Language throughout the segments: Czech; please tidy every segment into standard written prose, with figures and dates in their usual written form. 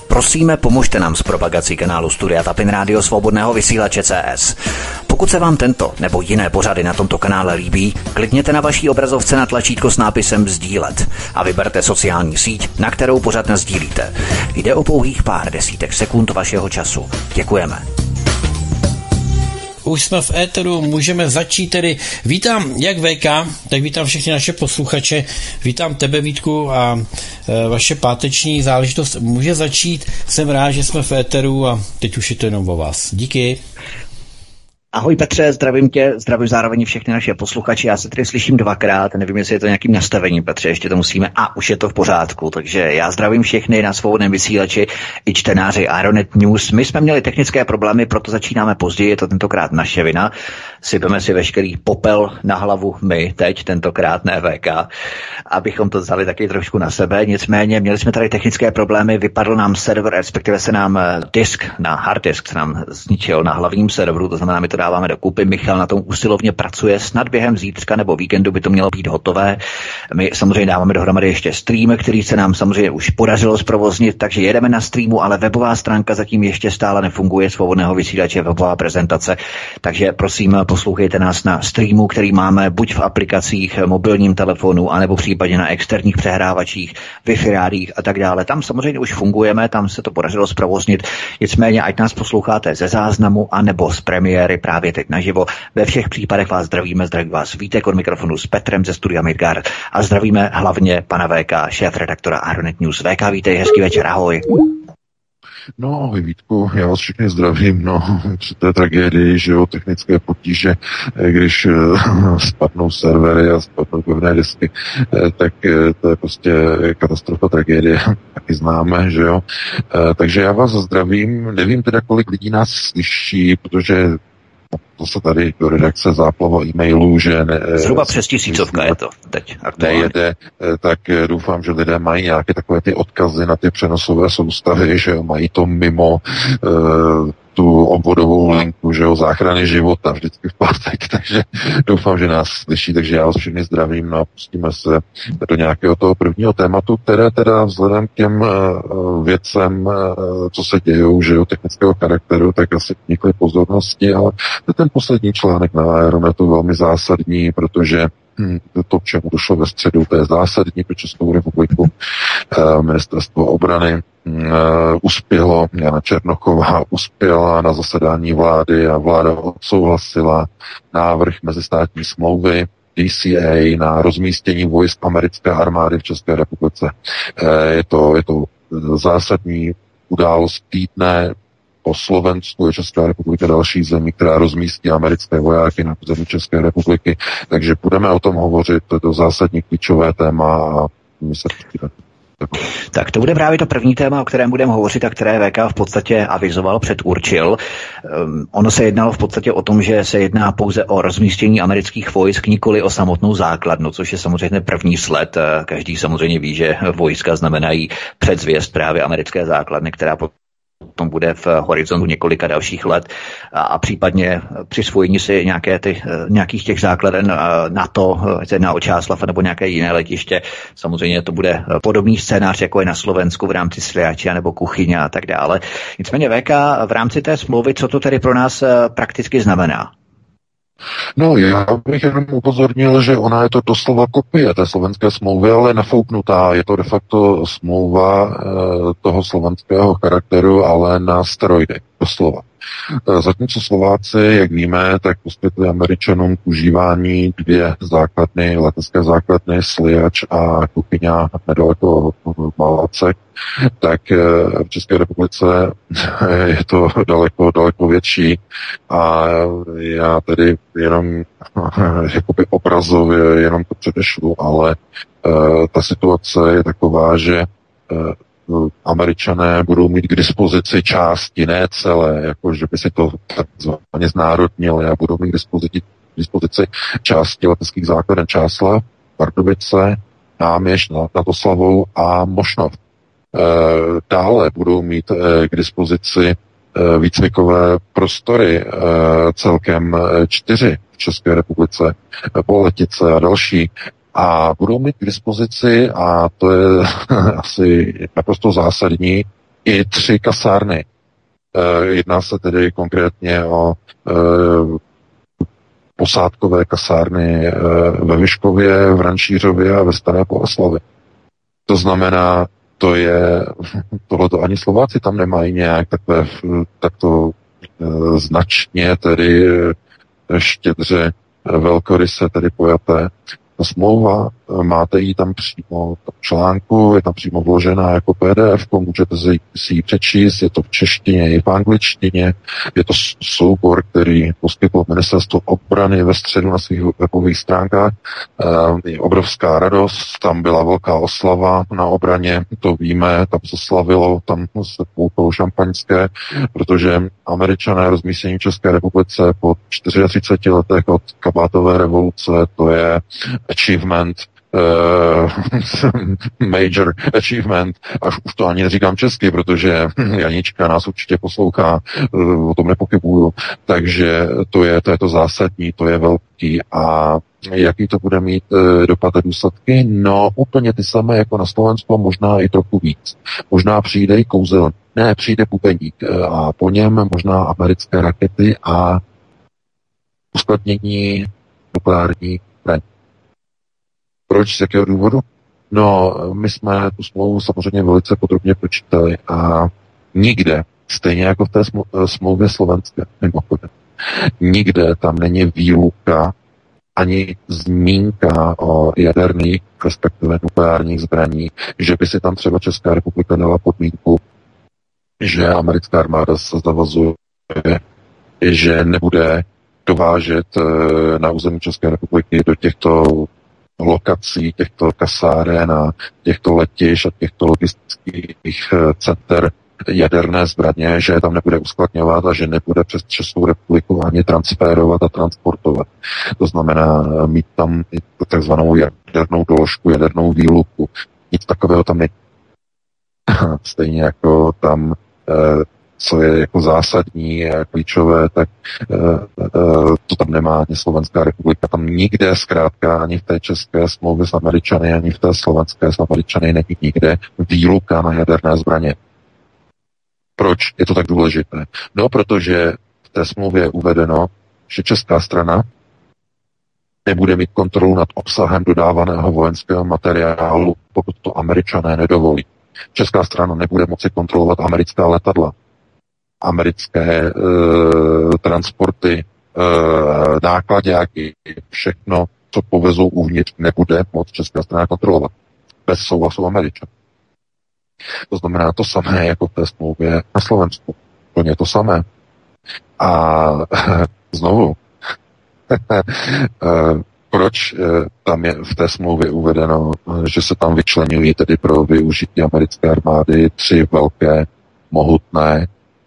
Prosíme, pomožte nám s propagací kanálu Studia Tapin Rádio Svobodného vysílače CS. Pokud se vám tento nebo jiné pořady na tomto kanále líbí, klikněte na vaší obrazovce na tlačítko s nápisem sdílet a vyberte sociální síť, na kterou pořad nasdílíte. Jde o pouhých pár desítek sekund vašeho času. Děkujeme. Už jsme v éteru, můžeme začít tedy. Vítám jak VK, tak vítám všechny naše posluchače. Vítám tebe, Vítku, a vaše páteční záležitost může začít. Jsem rád, že jsme v éteru a teď už je to jenom o vás. Díky. Ahoj Petře, zdravím tě, zdravím zároveň všechny naše posluchače. Já se tady slyším dvakrát, nevím, jestli je to nějakým nastavením, Petře, ještě to musíme, a už je to v pořádku. Takže já zdravím všechny na svobodném vysílači i čtenáři Ironet News. My jsme měli technické problémy, proto začínáme později, je to tentokrát naše vina. Sypeme si veškerý popel na hlavu my teď, tentokrát ne VK, abychom to vzali taky trošku na sebe. Nicméně měli jsme tady technické problémy, vypadl nám server, respektive se nám hard disk se nám zničil na hlavním serveru, to znamená, my to dáváme dokupy. Michal na tom usilovně pracuje, snad během zítřka nebo víkendu by to mělo být hotové. My samozřejmě dáváme dohromady ještě stream, který se nám samozřejmě už podařilo zprovoznit, takže jedeme na streamu, ale webová stránka zatím ještě stále nefunguje, svobodného vysílače, webová prezentace. Takže prosím, poslouchejte nás na streamu, který máme buď v aplikacích, mobilním telefonu, anebo případně na externích přehrávačích, Wi-Fi rádích a tak dále. Tam samozřejmě už fungujeme, tam se to podařilo zprovoznit. Nicméně, ať nás posloucháte ze záznamu anebo z premiéry právě teď naživo. Ve všech případech vás zdravíme, zdraví vás Vítek od mikrofonu s Petrem ze studia Midgard a zdravíme hlavně pana VK, šéf-redaktora Ironet News. VK, vítej, hezký večer, ahoj. No, ahoj Vítku, já vás všechny zdravím, při té tragédii, že jo, technické potíže, když spadnou servery a spadnou pevné disky, tak to je prostě katastrofa, tragédie, taky známe, že jo. Takže já vás zdravím, nevím teda, kolik lidí nás slyší, protože to se tady do redakce záplava e-mailů, že zhruba přes 1000 je to teď aktuálně. Nejede, tak doufám, že lidé mají nějaké takové ty odkazy na ty přenosové soustavy, že mají to mimo tu obvodovou linku, že jo, záchrany života vždycky v pátek, takže doufám, že nás slyší, takže já vás všechny zdravím, no a pustíme se do nějakého toho prvního tématu, které teda vzhledem k těm věcem, co se dějou, že jo, technického charakteru, tak asi vnikly pozornosti, ale ten poslední článek na Aeronetu velmi zásadní, protože to, k čemu došlo ve středu, to je zásadní pro Českou republiku. Ministerstvo obrany uspělo, Jana Černochová uspěla na zasedání vlády a vláda odsouhlasila návrh mezistátní smlouvy DCA na rozmístění vojsk americké armády v České republice. Je to zásadní událost týdne. Po Slovensku je Česká republika další zemí, která rozmístí americké vojáky na území České republiky. Takže budeme o tom hovořit, to je to zásadní klíčové téma a my se tak to bude právě to první téma, o kterém budeme hovořit a které VK v podstatě avizoval, předurčil. Ono se jednalo v podstatě o tom, že se jedná pouze o rozmístění amerických vojsk, nikoli o samotnou základnu, což je samozřejmě první sled. Každý samozřejmě ví, že vojska znamenají předzvěst právě americké základny, která potom bude v horizontu několika dalších let a případně přisvojení si nějakých těch základen NATO, na Očáslav nebo nějaké jiné letiště. Samozřejmě to bude podobný scénář, jako je na Slovensku v rámci Sliačia nebo Kuchyně a tak dále. Nicméně VK, v rámci té smlouvy, co to tedy pro nás prakticky znamená? No, já bych jenom upozornil, že ona je to doslova kopie té slovenské smlouvy, ale nafouknutá. Je to de facto smlouva toho slovenského charakteru, ale na steroidech, doslova. Zatímco Slováci, jak víme, tak poskytli Američanům k užívání 2 základny, letecké základny, Sliač a Kuchyňa nedaleko Malacek, tak v České republice je to daleko větší a já tedy jenom jakoby obrazově jenom to předešlu, ale ta situace je taková, že Američané budou mít k dispozici části, ne celé, jako že by si to takzvaně znárodnili a budou mít k dispozici části leteckých základen Čáslav, Pardubice, Náměšť nad Oslavou a Mošnov. Dále budou mít k dispozici výcvikové prostory, celkem 4 v České republice, Boletice a další. A budou mít k dispozici, a to je asi naprosto zásadní, i 3 kasárny. Jedná se tedy konkrétně o posádkové kasárny ve Vyškově, v Rančířově a ve Staré Boleslavi. To znamená, tohleto ani Slováci tam nemají nějak takto značně, tedy štědře velkoryse, tedy pojaté. Ta smlouva, máte ji tam přímo v článku, je tam přímo vložená jako PDF, můžete si ji přečíst, je to v češtině i v angličtině, je to soubor, který poskytlo Ministerstvo obrany ve středu na svých webových stránkách. Je obrovská radost, tam byla velká oslava na obraně, to víme, tam se slavilo, tam se poupilo šampaňské, protože Američané rozmístění v České republice po 34 letech od kabátové revoluce, to je achievement, major achievement, až už to ani neříkám česky, protože Janička nás určitě poslouchá, o tom nepochybuju, takže to je to zásadní, to je velký a jaký to bude mít dopad a důsledky? No úplně ty samé jako na Slovensku, možná i trochu víc. Možná přijde i kouzelník, přijde pupeník a po něm možná americké rakety a uskladnění nukleární zbraní. Proč? Z jakého důvodu? No, my jsme tu smlouvu samozřejmě velice podrobně pročítali a nikde, stejně jako v té smlouvě slovenské, mimochodem, nikde tam není výluka ani zmínka o jaderných, respektive nukleárních zbraních, že by si tam třeba Česká republika dala podmínku, že americká armáda se zavazuje, že nebude dovážet na území České republiky do těchto lokací, těchto kasáren a těchto letišť a těchto logistických center jaderné zbraně, že tam nebude uskladňovat a že nebude přes Českou republiku ani transferovat a transportovat. To znamená mít tam i takzvanou jadernou doložku, jadernou výluku. Nic takového tam není. Stejně jako tam co je jako zásadní a klíčové, tak to tam nemá ani Slovenská republika. Tam nikde zkrátka ani v té české smlouvě s Američany, ani v té slovenské s Američany není nikde výluka na jaderné zbraně. Proč je to tak důležité? No, protože v té smlouvě je uvedeno, že česká strana nebude mít kontrolu nad obsahem dodávaného vojenského materiálu, pokud to Američané nedovolí. Česká strana nebude moci kontrolovat americká letadla, americké transporty, náklaďáky, všechno, co povezou uvnitř, nebude moc česká strana kontrolovat. Bez souhlasu Američanů. To znamená to samé jako v té smlouvě na Slovensku. Plně to samé. A znovu, proč tam je v té smlouvě uvedeno, že se tam vyčleňují tedy pro využití americké armády 3 velké, mohutné,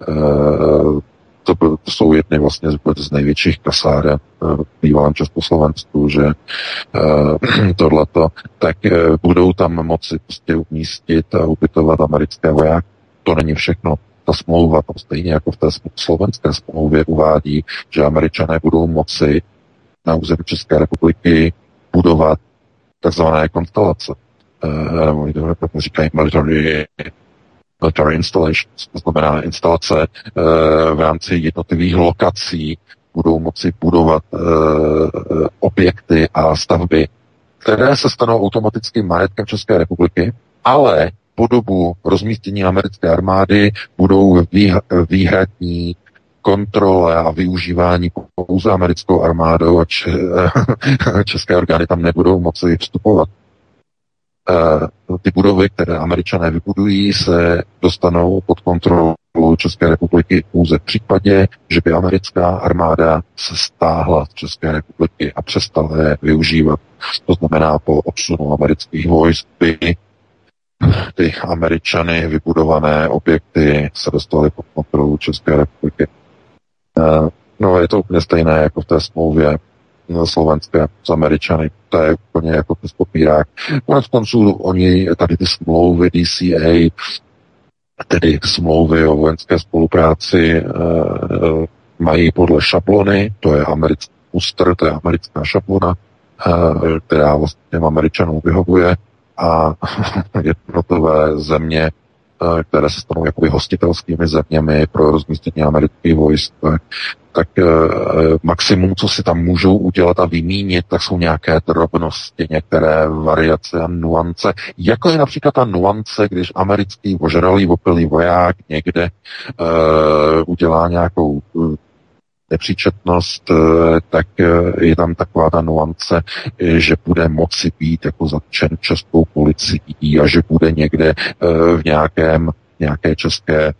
to jsou jedny vlastně z největších kasáren v bývalém Československu, že tohleto, tak budou tam moci prostě umístit a ubytovat americké vojáky. To není všechno. Ta smlouva tam stejně jako v té slovenské smlouvě uvádí, že Američané budou moci na území České republiky budovat takzvané konstelace. Říkají military installations, to znamená instalace v rámci jednotlivých lokací budou moci budovat objekty a stavby, které se stanou automaticky majetkem České republiky, ale po dobu rozmístění americké armády budou výhradní kontrole a využívání pouze americkou armádou a české orgány tam nebudou moci vstupovat. Ty budovy, které Američané vybudují, se dostanou pod kontrolu České republiky pouze v případě, že by americká armáda se stáhla z České republiky a přestala je využívat. To znamená, po odsunu amerických vojsk by ty Američany vybudované objekty se dostaly pod kontrolu České republiky. No, je to úplně stejné jako v té smlouvě slovenské s Američany. To je úplně jako ten popírák. Konec konců oni tady ty smlouvy DCA, tedy smlouvy o vojenské spolupráci, mají podle šablony, to je americký muster, to je americká šablona, která vlastně těm Američanům vyhovuje a jednotlivé země které se stanou jakoby hostitelskými zeměmi pro rozmístění amerických vojsk, tak maximum, co si tam můžou udělat a vymínit, tak jsou nějaké drobnosti, některé variace a nuance. Jako je například ta nuance, když americký ožralý opilý voják někde udělá nějakou nepříčetnost, tak je tam taková ta nuance, že bude moci být jako zatčen českou policií a že bude někde v nějaké české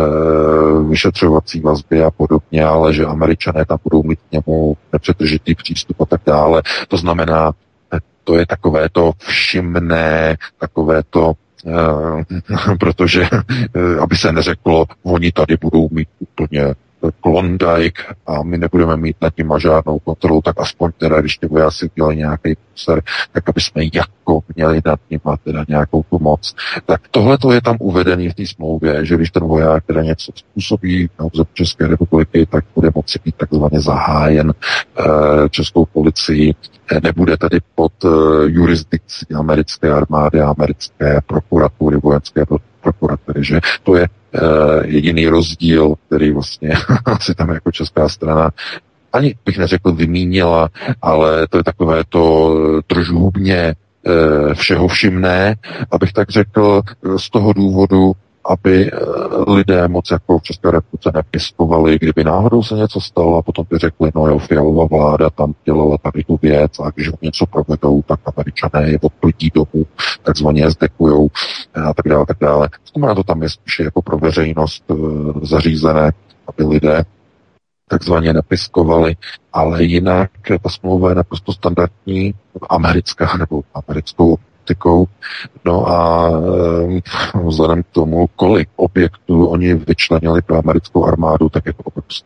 vyšetřovací vazby a podobně, ale že Američané tam budou mít k němu nepřetržitý přístup a tak dále. To znamená, to je takové to všimné, takové to protože, aby se neřeklo, oni tady budou mít úplně Klondike a my nebudeme mít nad nima žádnou kontrolu, tak aspoň teda, když ty vojáci udělali nějaký průser, tak aby jsme jako měli nad nima teda nějakou tu moc. Tak tohle to je tam uvedený v té smlouvě, že když ten voják teda něco způsobí na území České republiky, tak bude moci být takzvaně zahájen českou policii. Nebude tedy pod jurisdikcí americké armády a americké prokuratury, vojenské prokuratury, že to je jediný rozdíl, který vlastně asi tam jako česká strana ani bych neřekl vymínila, ale to je takové to držhubně všeho všimné, abych tak řekl, z toho důvodu, aby lidé moc jako v České republice nepiskovali, kdyby náhodou se něco stalo a potom by řekli, no jo, Fialová vláda tam dělala tady tu věc a když něco provedou, tak Američané je odplití domů, takzvaně je zdekujou a tak dále, tak dále. Znamená, to tam je spíše jako pro veřejnost zařízené, aby lidé takzvaně nepiskovali, ale jinak ta smlouva je naprosto standardní, americká nebo americkou optikou. No a vzhledem k tomu, kolik objektů oni vyčlenili pro americkou armádu, tak je to obrovské.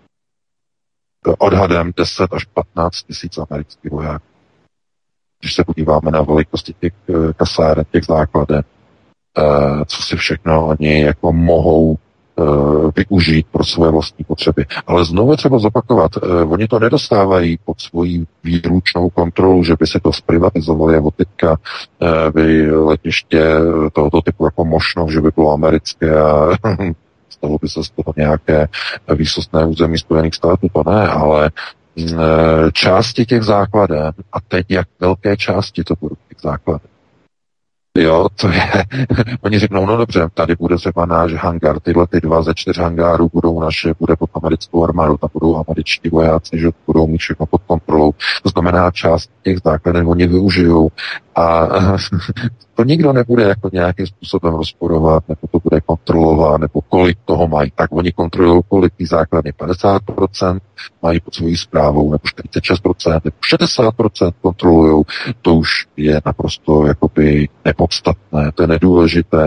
Odhadem 10 až 15 tisíc amerických vojáků. Když se podíváme na velikosti těch kasáren, těch základen, co si všechno oni jako mohou využít pro své vlastní potřeby. Ale znovu třeba zopakovat, oni to nedostávají pod svoji výručnou kontrolu, že by se to zprivatizovali a od teďka by letiště tohoto typu jako možnost, že by bylo americké a stalo by se z toho nějaké výsostné území Spojených států, to ne, ale části těch základen a teď jak velké části to budou těch základen. Jo, to je, oni řeknou, no dobře, tady bude třeba náš hangár, tyhle ty 2 ze 4 hangárů budou naše, bude pod americkou armádu, tam budou američtí vojáci, že budou mít všechno pod kontrolou. To znamená, část těch základen oni využijou a to nikdo nebude jako nějakým způsobem rozporovat, nebo to bude kontrolovat, nebo kolik toho mají. Tak oni kontrolují, kolik těch základny 50% mají pod svojí správou, nebo 46%, nebo 60% kontrolují. To už je naprosto jakoby nepodstatné, to je nedůležité.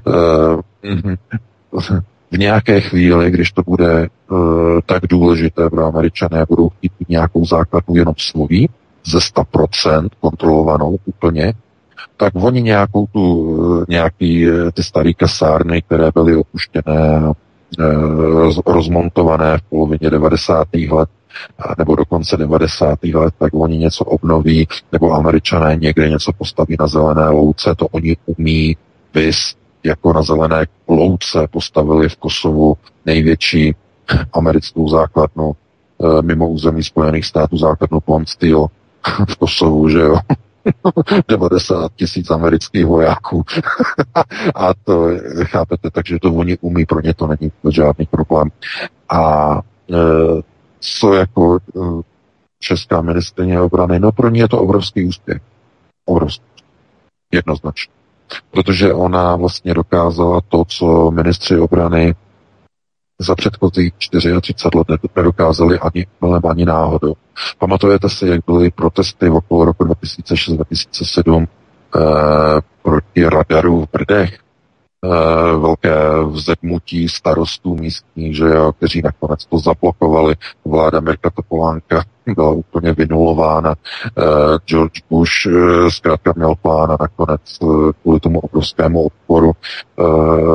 V nějaké chvíli, když to bude tak důležité pro Američané, budou chtít nějakou základnu jenom svojí, ze 100% kontrolovanou úplně, tak oni nějaký ty staré kasárny, které byly opuštěné, rozmontované v polovině 90. let, nebo dokonce 90. let, tak oni něco obnoví, nebo Američané někde něco postaví na zelené louce, to oni umí, vys, jako na zelené louce postavili v Kosovu největší americkou základnu mimo území Spojených států, základnu Pond Steel v Kosovu, že jo. 90 000 amerických vojáků. A to, chápete, takže to oni umí, pro ně to není žádný problém. A co jako česká ministryně obrany, no pro ně je to obrovský úspěch. Obrovský. Jednoznačně. Protože ona vlastně dokázala to, co ministři obrany za předchozích 34 let nedokázali ani náhodou. Pamatujete si, jak byly protesty okolo roku 2006-2007 proti radaru v Brdech? Velké vzedmutí starostů místních, že jo, kteří nakonec to zablokovali. Vláda Mirka Topolánka byla úplně vynulována. George Bush zkrátka měl plán a nakonec kvůli tomu obrovskému odporu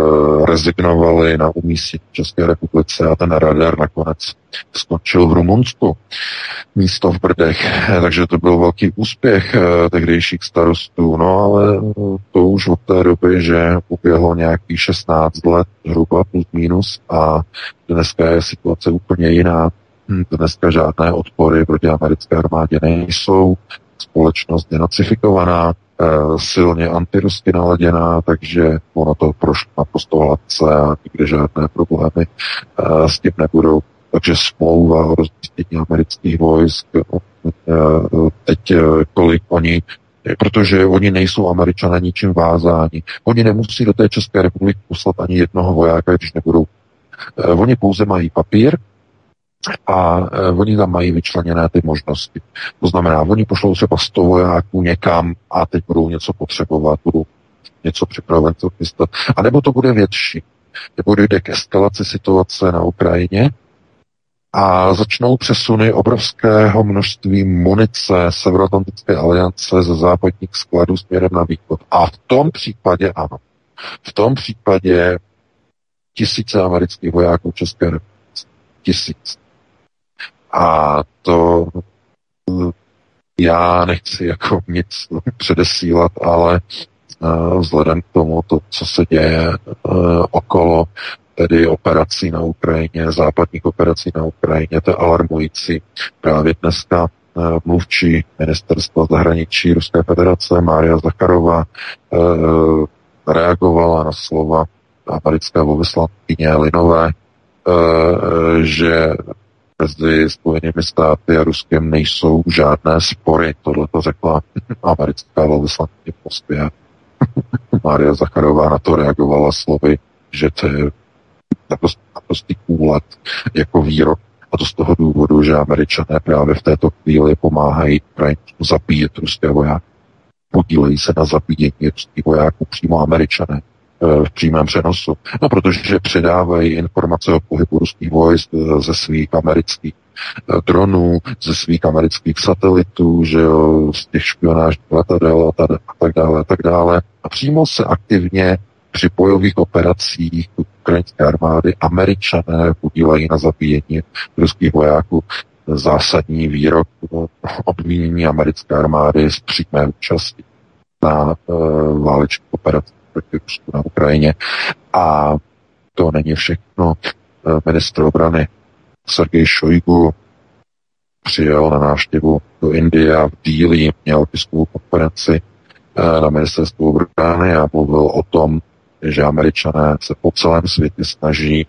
rezignovali na umístění v České republice a ten radar nakonec skončil v Rumunsku místo v Brdech. Takže to byl velký úspěch tehdejších starostů. No ale to už od té doby, že uběhlo nějakých 16 let, zhruba plus minus, a dneska je situace úplně jiná. Dneska žádné odpory proti americké armádě nejsou. Společnost je nacifikovaná, silně antirusky naladěná, takže ono to prošlo naprosto hladce a nikde žádné problémy s tím nebudou. Takže smlouva o rozmístění amerických vojsk, teď kolik oni, protože oni nejsou Američané ničím vázáni. Oni nemusí do té České republiky poslat ani jednoho vojáka, když nebudou. Oni pouze mají papír a oni tam mají vyčleněné ty možnosti. To znamená, oni pošlou třeba 100 vojáků někam a teď budou něco potřebovat, budou něco připravovat, co chystat. A nebo to bude větší. Nebo dojde k eskalaci situace na Ukrajině a začnou přesuny obrovského množství munice Severoatlantické aliance ze západních skladů směrem na východ. A v tom případě ano. V tom případě tisíce amerických vojáků v České republice. 1000. A to já nechci jako nic předesílat, ale vzhledem k tomu, co se děje okolo tedy operací na Ukrajině, západních operací na Ukrajině, to je alarmující. Právě dneska mluvčí ministerstva zahraničí Ruské federace Mária Zacharová reagovala na slova americké velvyslankyně Linové, že mezi Spojenými státy a Ruskem nejsou žádné spory. Tohle to řekla americká velvyslankyně v Moskvě. Mária Zacharová na to reagovala slovy, že to je naprostý kůlet jako výrok. A to z toho důvodu, že Američané právě v této chvíli pomáhají Ukrajincům zabíjet ruské vojáky. Podílejí se na zabíjení ruských vojáků přímo Američané v přímém přenosu. No, protože předávají informace o pohybu ruských vojsk ze svých amerických dronů, ze svých amerických satelitů, že jo, z těch špionážních letadel a tak dále. A přímo se aktivně při bojových operacích ukrajinské armády Američané podílejí na zabíjení ruských vojáků. Zásadní výrok obvinění americké armády z přímé účasti na válečných operacích proti Rusku na Ukrajině. A to není všechno. Ministr obrany Sergej Šojgu přijel na návštěvu do Indie a v Dílí měl tiskovou konferenci na ministerstvu obrany a mluvil o tom, že Američané se po celém světě snaží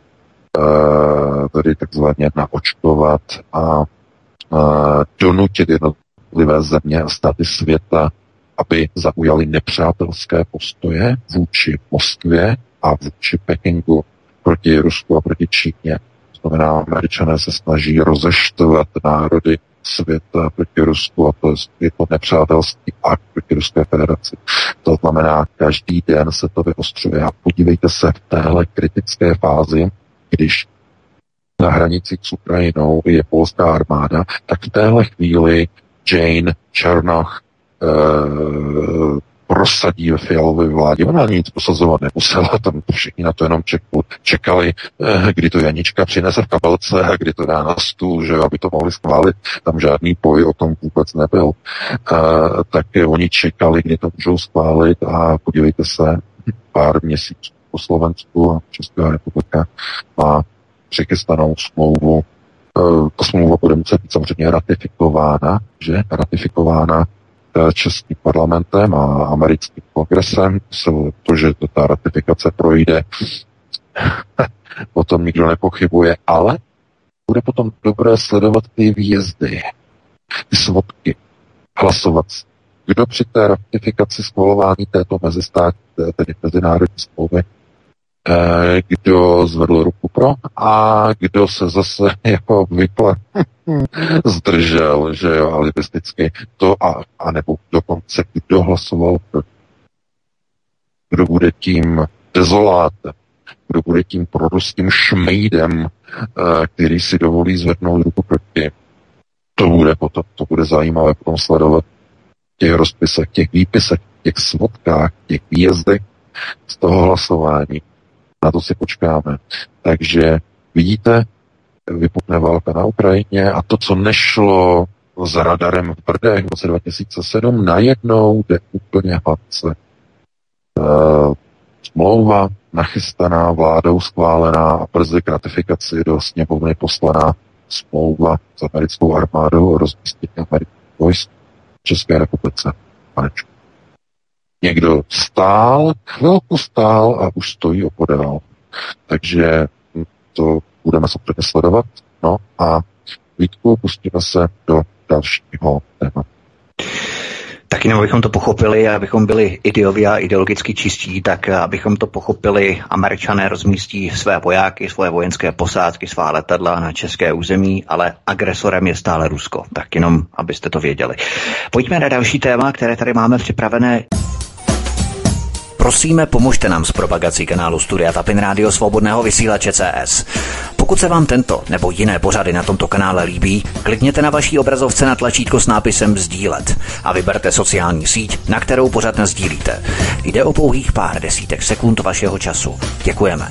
tedy takzvaně naočkovat a donutit jednotlivé země a státy světa, aby zaujali nepřátelské postoje vůči Moskvě a vůči Pekingu proti Rusku a proti Číně. To znamená, Američané se snaží rozeštvat národy světa proti Rusku a to je to nepřátelský akt proti Ruské federaci. To znamená, každý den se to vyostřuje a podívejte se v téhle kritické fázi, když na hranicích s Ukrajinou je polská armáda, tak v téhle chvíli Jane Černoch prosadí ve Fialově vládě. Ona nic prosazovat nemusela, tam všichni na to jenom čekali, kdy to Janička přinese v kabelce a kdy to dá na stůl, že aby to mohli schválit. Tam žádný boj o tom vůbec nebyl. Tak oni čekali, kdy to můžou schválit a podívejte se, pár měsíců po Slovensku a Česká republika má přichystanou smlouvu. Ta smlouva bude muset být samozřejmě ratifikována českým parlamentem a americkým kongresem. To, že ta ratifikace projde, o tom nikdo nepochybuje, ale bude potom dobré sledovat ty výjezdy, ty svodky, hlasovat. Kdo při té ratifikaci schvalování této tedy mezinárodní smlouvy, kdo zvedl ruku pro a kdo se zase jako obvykle zdržel, že jo, alibisticky to a nebo dokonce kdo hlasoval pro. Kdo bude tím dezolátem, kdo bude tím proruským šmejdem, který si dovolí zvednout ruku proti. To bude zajímavé potom sledovat těch rozpisech, těch výpisech, těch svodkách, těch výjezdech z toho hlasování. Na to si počkáme. Takže vidíte, vypukne válka na Ukrajině a to, co nešlo s radarem v Brdech v roce 2007, najednou jde úplně hladce. Smlouva nachystaná, vládou schválená a brzy k ratifikaci do sněmovny poslaná smlouva s americkou armádou o rozmístění amerických vojsk v České republice. Panečku. Někdo chvilku stál a už stojí opodál. Takže to budeme samozřejmě sledovat. No a Vítku, pustíme se do dalšího tématu. Tak jenom abychom to pochopili, abychom byli ideově a ideologicky čistí, tak abychom to pochopili, Američané rozmístí své vojáky, svoje vojenské posádky, svá letadla na české území, ale agresorem je stále Rusko. Tak jenom, abyste to věděli. Pojďme na další téma, které tady máme připravené. Prosíme, pomožte nám s propagací kanálu Studia Tapin Rádio Svobodného vysílače CS. Pokud se vám tento nebo jiné pořady na tomto kanále líbí, klikněte na vaší obrazovce na tlačítko s nápisem sdílet a vyberte sociální síť, na kterou pořad nasdílíte. Jde o pouhých pár desítek sekund vašeho času. Děkujeme.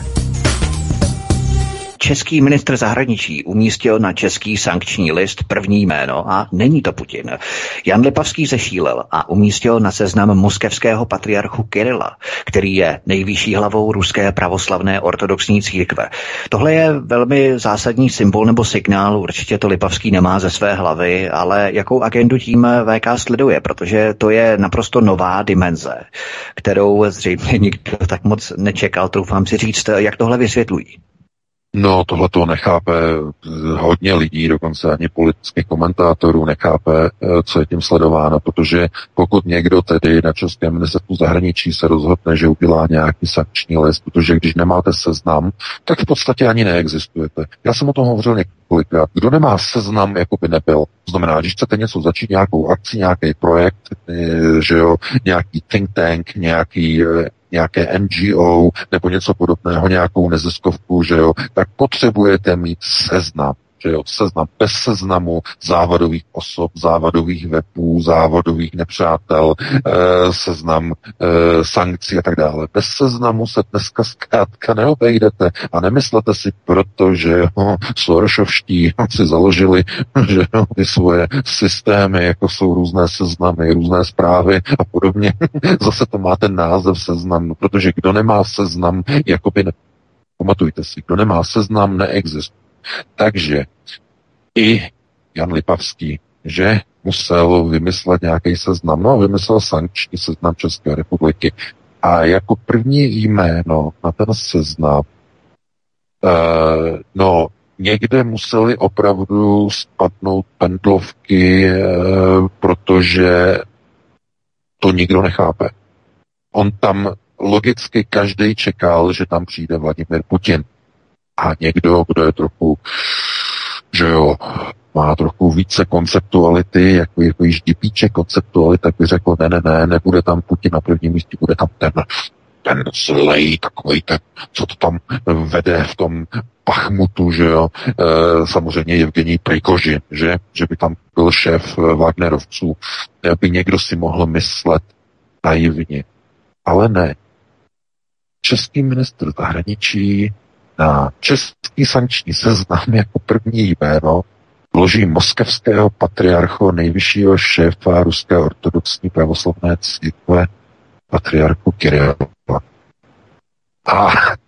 Český ministr zahraničí umístil na český sankční list první jméno a není to Putin. Jan Lipavský zešílel a umístil na seznam moskevského patriarchu Kirila, který je nejvyšší hlavou ruské pravoslavné ortodoxní církve. Tohle je velmi zásadní symbol nebo signál, určitě to Lipavský nemá ze své hlavy, ale jakou agendu tím VK sleduje, protože to je naprosto nová dimenze, kterou zřejmě nikdo tak moc nečekal, troufám si říct, jak tohle vysvětlují. No, tohle to nechápe hodně lidí, dokonce ani politických komentátorů nechápe, co je tím sledováno, protože pokud někdo tedy na českém ministerstvu zahraničí se rozhodne, že udělá nějaký sankční list, protože když nemáte seznam, tak v podstatě ani neexistujete. Já jsem o tom hovořil několikrát. Kdo nemá seznam, jako by nebyl. To znamená, když chcete něco začít, nějakou akci, nějaký projekt, že jo, nějaký think tank, nějaké NGO nebo něco podobného, nějakou neziskovku, že jo, tak potřebujete mít seznam, že jo, seznam bez seznamu závadových osob, závadových webů, závadových nepřátel, seznam sankcí a tak dále. Bez seznamu se dneska zkrátka neobejdete a nemyslete si proto, že jo, Sorosovští si založili, že jo, ty svoje systémy, jako jsou různé seznamy, různé zprávy a podobně. Zase to má ten název seznam, protože kdo nemá seznam, jakoby pamatujte si, kdo nemá seznam, neexistuje. Takže i Jan Lipavský, že musel vymyslet nějaký seznam, no vymyslel sankční seznam České republiky a jako první jméno na ten seznam někde museli opravdu spadnout pendlovky, protože to nikdo nechápe. On tam logicky každý čekal, že tam přijde Vladimír Putin. A někdo, kdo je trochu, že jo, má trochu více konceptuality, jako již dipíček konceptuality, tak by řekl, ne, nebude tam Putin na prvním místě, bude tam ten zlej, takovej ten, co to tam vede v tom Bachmutu, že jo, samozřejmě Evgenij Prigožin, že by tam byl šéf Wagnerovců, by někdo si mohl myslet naivně, ale ne. Český ministr zahraničí na český sankční seznam jako první jméno vloží moskevského patriarchu, nejvyššího šéfa ruské ortodoxní pravoslavné církve, patriarchu Kirila. A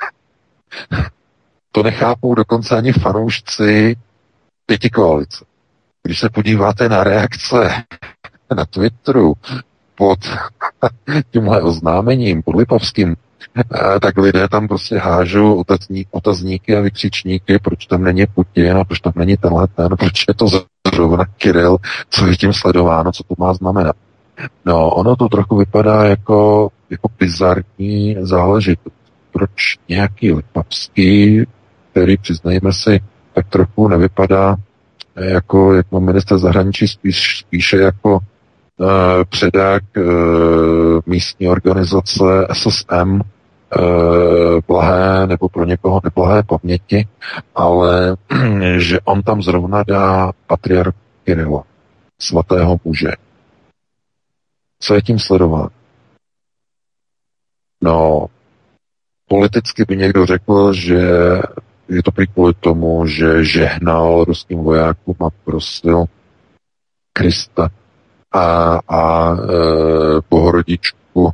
to nechápou dokonce ani fanoušci pětikoalice. Když se podíváte na reakce na Twitteru pod tímhle oznámením, pod Lipavským, tak lidé tam prostě hážou otazníky a vykřičníky, proč tam není Putin a proč tam není tenhle, proč je to zrovna Kiril, co je tím sledováno, co to má znamenat. No, ono to trochu vypadá jako bizarní záležitost. Proč nějaký Lipavský, který, přiznejme si, tak trochu nevypadá jako minister zahraničí, spíše jako předák místní organizace SSM, blahé nebo pro někoho neblahé paměti, ale že on tam zrovna dá patriarchu Kirila, svatého muže. Co je tím sledovat? No, politicky by někdo řekl, že je to prý kvůli tomu, že žehnal ruským vojákům a prosil Krista a Bohorodičku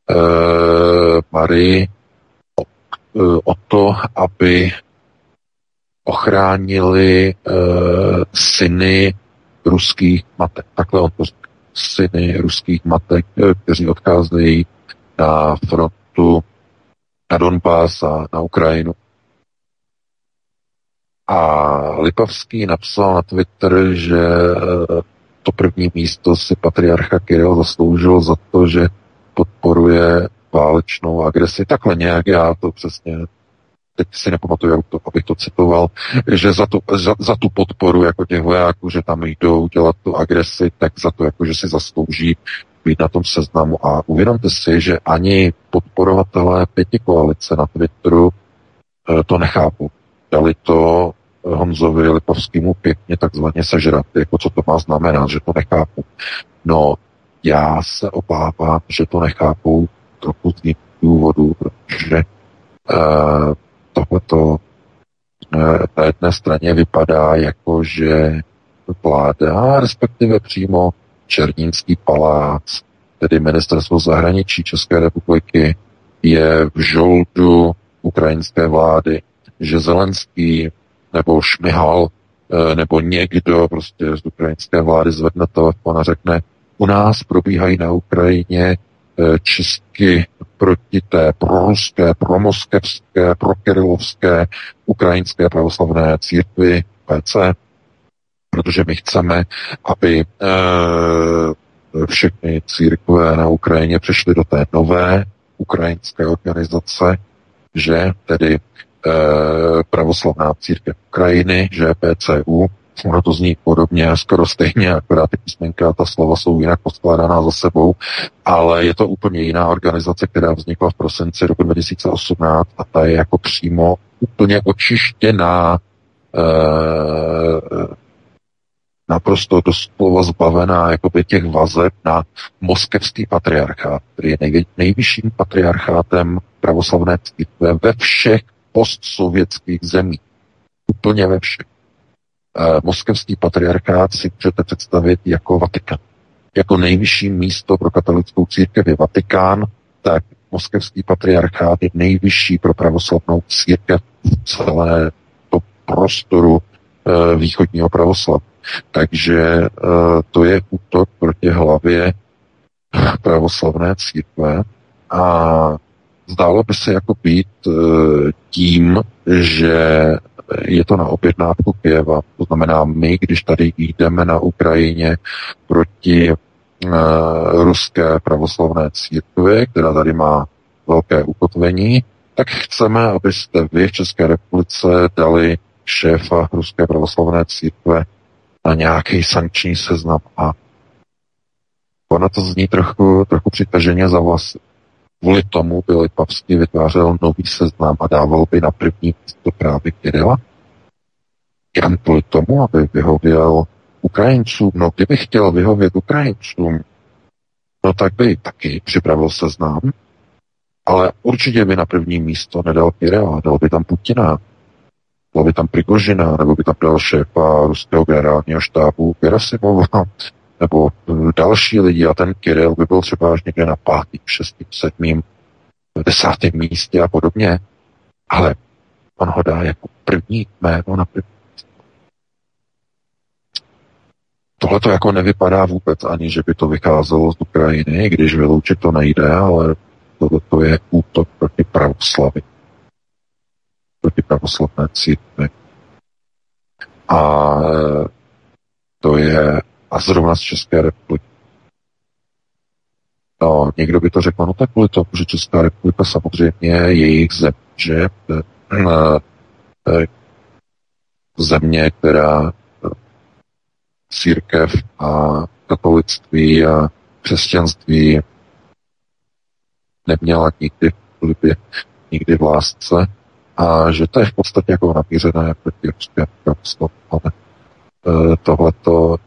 Marii o to, aby ochránili syny ruských matek. Takhle on to říká. Syny ruských matek, kteří odcházejí na frontu na Donbas a na Ukrajinu. A Lipavský napsal na Twitter, že to první místo si patriarcha Kiril zasloužil za to, že podporuje válečnou agresi. Takhle nějak, já to přesně teď si nepamatuju, abych to citoval, že za tu podporu jako těch vojáků, že tam jdou dělat tu agresi, tak za to, jako že si zaslouží být na tom seznamu. A uvědomte si, že ani podporovatelé pětikoalice na Twitteru to nechápu. Dali to Honzovi Lipovskému pěkně takzvaně sežrat, jako co to má znamenat, že to nechápu. No, já se obávám, že to nechápou trochu z jiných důvodů, protože tohleto na jedné straně vypadá jako, že vláda, respektive přímo Černínský palác, tedy ministerstvo zahraničí České republiky, je v žoldu ukrajinské vlády, že Zelenský nebo Šmihal nebo někdo prostě z ukrajinské vlády zvedne telefon a řekne, u nás probíhají na Ukrajině čistky proti té proruské, promoskevské, prokirilovské, ukrajinské pravoslavné církvi PC, protože my chceme, aby všechny církve na Ukrajině přešly do té nové ukrajinské organizace, že tedy pravoslavná církev Ukrajiny, že PCU, ono to zní podobně, skoro stejně, akorát ty písmenka a ta slova jsou jinak poskládaná za sebou, ale je to úplně jiná organizace, která vznikla v prosinci roku 2018 a ta je jako přímo úplně očištěná, naprosto doslova zbavená jakoby těch vazeb na moskevský patriarchát, který je nejvyšším patriarchátem pravoslavné církve ve všech postsovětských zemích. Úplně ve všech. Moskevský patriarchát si můžete představit jako Vatikán. Jako nejvyšší místo pro katolickou církev je Vatikán, tak moskevský patriarchát je nejvyšší pro pravoslavnou církev v celé to prostoru východního pravoslavu. Takže to je útok proti hlavě pravoslavné církve a zdálo by se jako být tím, že je to na objednávku Kyjeva. To znamená, my, když tady jdeme na Ukrajině proti ruské pravoslavné církvi, která tady má velké ukotvení, tak chceme, abyste vy v České republice dali šéfa ruské pravoslavné církve na nějaký sankční seznam. A ono to zní trochu přitaženě za vlasy. Kvůli tomu by Lipavský vytvářel nový seznam a dával by na první místo právě Kirila. Jen kvůli tomu, aby vyhověl Ukrajincům. No, kdyby chtěl vyhovět Ukrajincům, no tak by taky připravil seznam, ale určitě by na první místo nedal Kirila, dal by tam Putina, dal by tam Prigožina, nebo by tam dal šéfa ruského generálního štábu Gerasimova, nebo další lidi a ten Kiril by byl třeba až někde na 5., 6., 7., 10. místě a podobně. Ale on ho dá jako první jméno na první místě. Tohle to jako nevypadá vůbec ani, že by to vycházelo z Ukrajiny, když vyloučit to nejde, ale tohle je útok proti pravoslavy. Proti pravoslavné církvi. A to je a zrovna z České republiky. No, někdo by to řekl, no tak kvůli tomu, že Česká republika samozřejmě je jejich země, že země, která církev a katolictví a křesťanství neměla nikdy v Libě, nikdy v lásce a že to je v podstatě jako napířené proti ruské pravoslavné, ale tohleto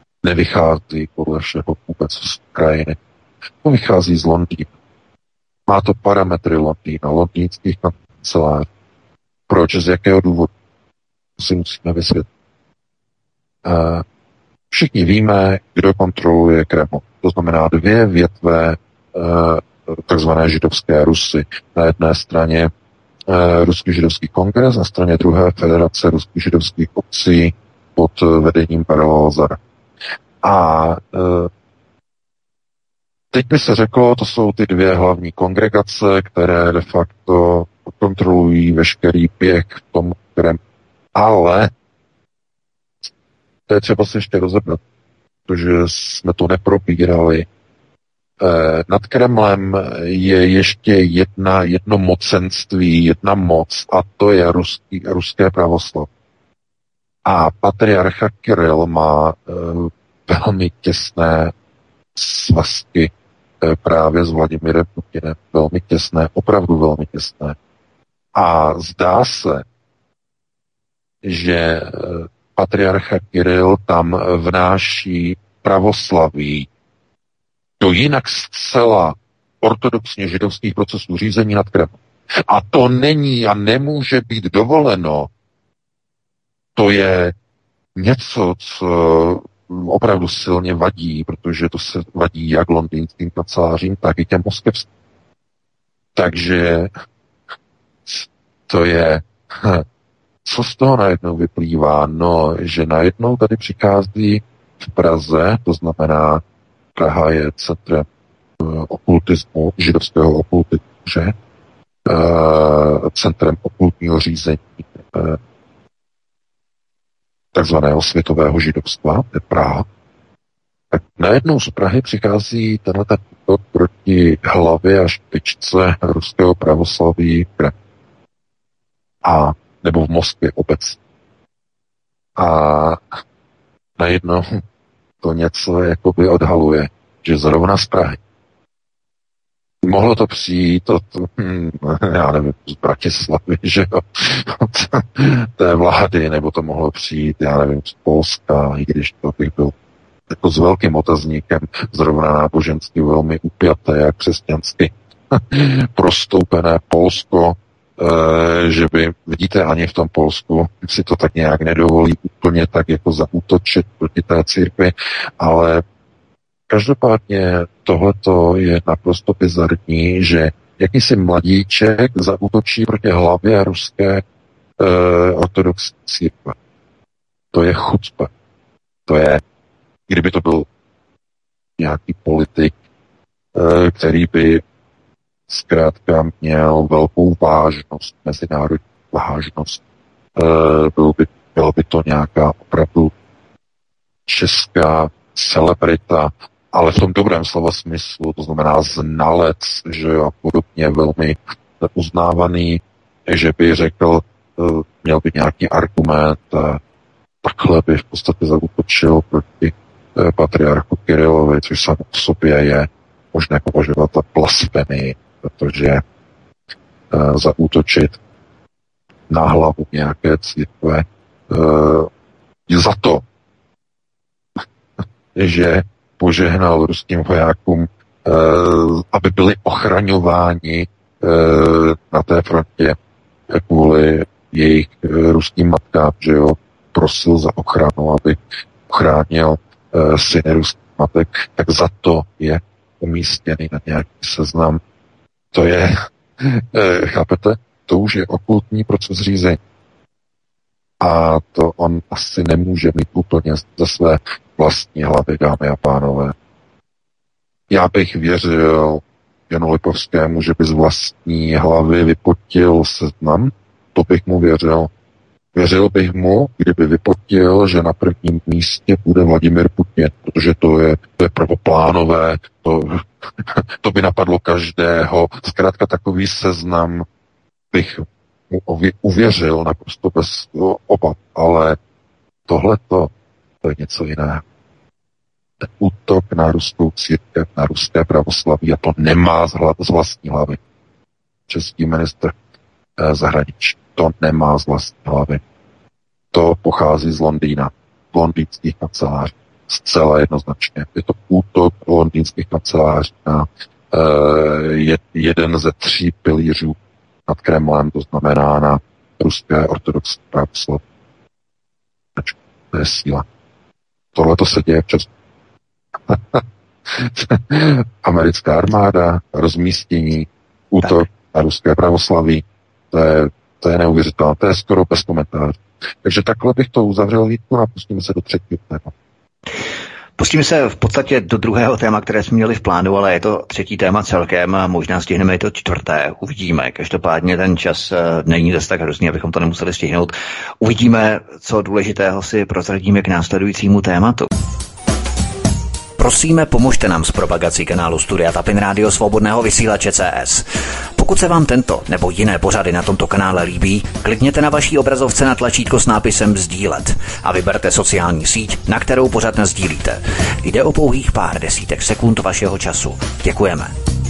nevychází podle všeho vůbec z Ukrajiny. To vychází z Londýna. Má to parametry Londýna, londýnských kanceláří. Proč? Z jakého důvodu? To si musíme vysvětlit. Všichni víme, kdo kontroluje Kreml. To znamená 2 větve takzvané židovské Rusy. Na jedné straně Ruský židovský kongres, na straně druhé Federace ruských židovských obcí pod vedením Karla Lazara. A teď by se řeklo, to jsou ty 2 hlavní kongregace, které de facto kontrolují veškerý běh v tom Kremlu. Ale to je třeba se ještě rozebrat, protože jsme to nepropírali. Nad Kremlem je ještě jedno mocenství, jedna moc, a to je ruské pravoslav. A patriarcha Kiril má velmi těsné svazky právě s Vladimirem Putinem. Velmi těsné, opravdu velmi těsné. A zdá se, že patriarcha Kiril tam vnáší pravoslaví do jinak zcela ortodoxně židovských procesů řízení nad Kremlem. A to není a nemůže být dovoleno. To je něco, co opravdu silně vadí, protože to se vadí jak londýnským kancelářím, tak i těm moskevským. Takže to je... Co z toho najednou vyplývá? No, že najednou tady přichází v Praze, to znamená, Praha je centrem okultismu, židovského okultismu, že? Centrem okultního řízení takzvaného světového židovstva, to je Praha. Tak najednou z Prahy přichází tenhle útok proti hlavě a špičce ruského pravoslaví a nebo v Moskvě obecně. A najednou to něco jakoby odhaluje, že zrovna z Prahy. Mohlo to přijít od, já nevím, z Bratislavy, že jo, té vlády, nebo to mohlo přijít, já nevím, z Polska, i když to bych byl jako s velkým otazníkem, zrovna nábožensky velmi upjaté a křesťansky prostoupené Polsko, že by, vidíte, ani v tom Polsku si to tak nějak nedovolí úplně tak jako zaútočit proti té církvi, ale každopádně tohleto je naprosto bizarní, že jakýsi mladíček zaútočí proti hlavě ruské ortodoxní církve. To je chucpe. To je, kdyby to byl nějaký politik, který by zkrátka měl velkou vážnost, mezinárodní vážnost. Byla by to nějaká opravdu česká celebrita, ale v tom dobrém slova smyslu, to znamená znalec, že a podobně velmi uznávaný, že by řekl, měl by nějaký argument, takhle by v podstatě zaútočil proti patriarchu Kirilovi, což samo v sobě je možné považovat za blasfemii, protože zaútočit na hlavu nějaké církve za to, že požehnal ruským vojákům, aby byli ochraňováni na té frontě kvůli jejich ruským matkám, že jo, prosil za ochranu, aby ochránil syny ruských matek, tak za to je umístěný na nějaký seznam. To je, chápete, to už je okultní proces řízení. A to on asi nemůže mít úplně ze své vlastní hlavy, dámy a pánové. Já bych věřil Janu Lipovskému, že by z vlastní hlavy vypotil seznam, to bych mu věřil. Věřil bych mu, kdyby vypotil, že na prvním místě bude Vladimir Putin, protože to je prvoplánové, to by napadlo každého. Zkrátka takový seznam bych mu uvěřil naprosto bez obav, ale tohleto, to je něco jiného. Ten útok na ruskou církev, na ruské pravoslaví, a to nemá z vlastní hlavy. Český ministr zahraničí to nemá z vlastní hlavy. To pochází z Londýna, londýnských kanceláří. Zcela jednoznačně. Je to útok londýnských kanceláří na jeden ze 3 pilířů nad Kremlem, to znamená na ruské ortodoxní pravoslavy. To je síla. Tohle to se děje přes americká armáda, rozmístění, útok na ruské pravoslaví. To je neuvěřitelné. To je skoro bez komentářů. Takže takhle bych to uzavřel, Vítku, a pustíme se do třetího téma. Pustíme se v podstatě do druhého téma, které jsme měli v plánu, ale je to třetí téma celkem a možná stihneme i to čtvrté. Uvidíme. Každopádně ten čas není zase tak hrozný, abychom to nemuseli stihnout. Uvidíme, co důležitého si prozradíme k následujícímu tématu. Prosíme, pomožte nám s propagací kanálu Studia Tapin Rádio Svobodného vysílače CS. Pokud se vám tento nebo jiné pořady na tomto kanále líbí, klikněte na vaší obrazovce na tlačítko s nápisem sdílet a vyberte sociální síť, na kterou pořad nasdílíte. Jde o pouhých pár desítek sekund vašeho času. Děkujeme.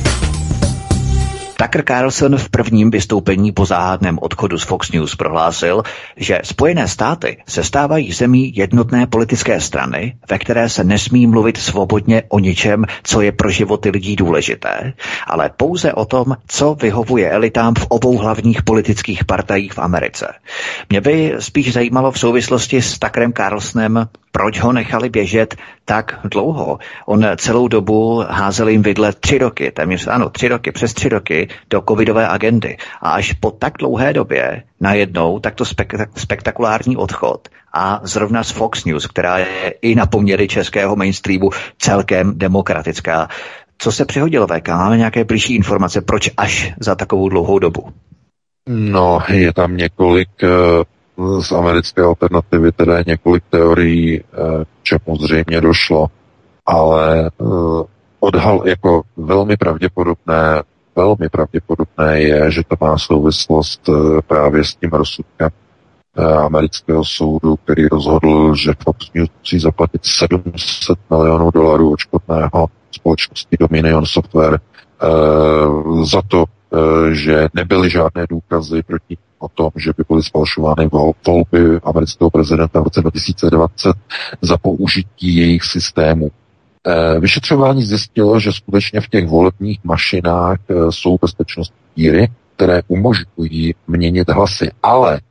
Tucker Carlson v prvním vystoupení po záhadném odchodu z Fox News prohlásil, že Spojené státy se stávají zemí jednotné politické strany, ve které se nesmí mluvit svobodně o ničem, co je pro životy lidí důležité, ale pouze o tom, co vyhovuje elitám v obou hlavních politických partajích v Americe. Mě by spíš zajímalo v souvislosti s Tuckerem Carlsonem, proč ho nechali běžet tak dlouho. On celou dobu házel jim vidle 3 roky, přes 3 roky do covidové agendy. A až po tak dlouhé době najednou takto spektakulární odchod a zrovna z Fox News, která je i na poměry českého mainstreamu celkem demokratická. Co se přihodilo, VK? Máme nějaké blížší informace, proč až za takovou dlouhou dobu? No, je tam několik z americké alternativy, teda několik teorií, k čemu zřejmě došlo, ale jako velmi pravděpodobné je, že to má souvislost právě s tím rozsudkem amerického soudu, který rozhodl, že Fox News musí zaplatit $700 milionů odškodného společnosti Dominion Software za to, že nebyly žádné důkazy proti o tom, že by byly sfalšovány volby amerického prezidenta v roce 2020 za použití jejich systému. Vyšetřování zjistilo, že skutečně v těch volebních mašinách jsou bezpečnostní díry, které umožňují měnit hlasy, ale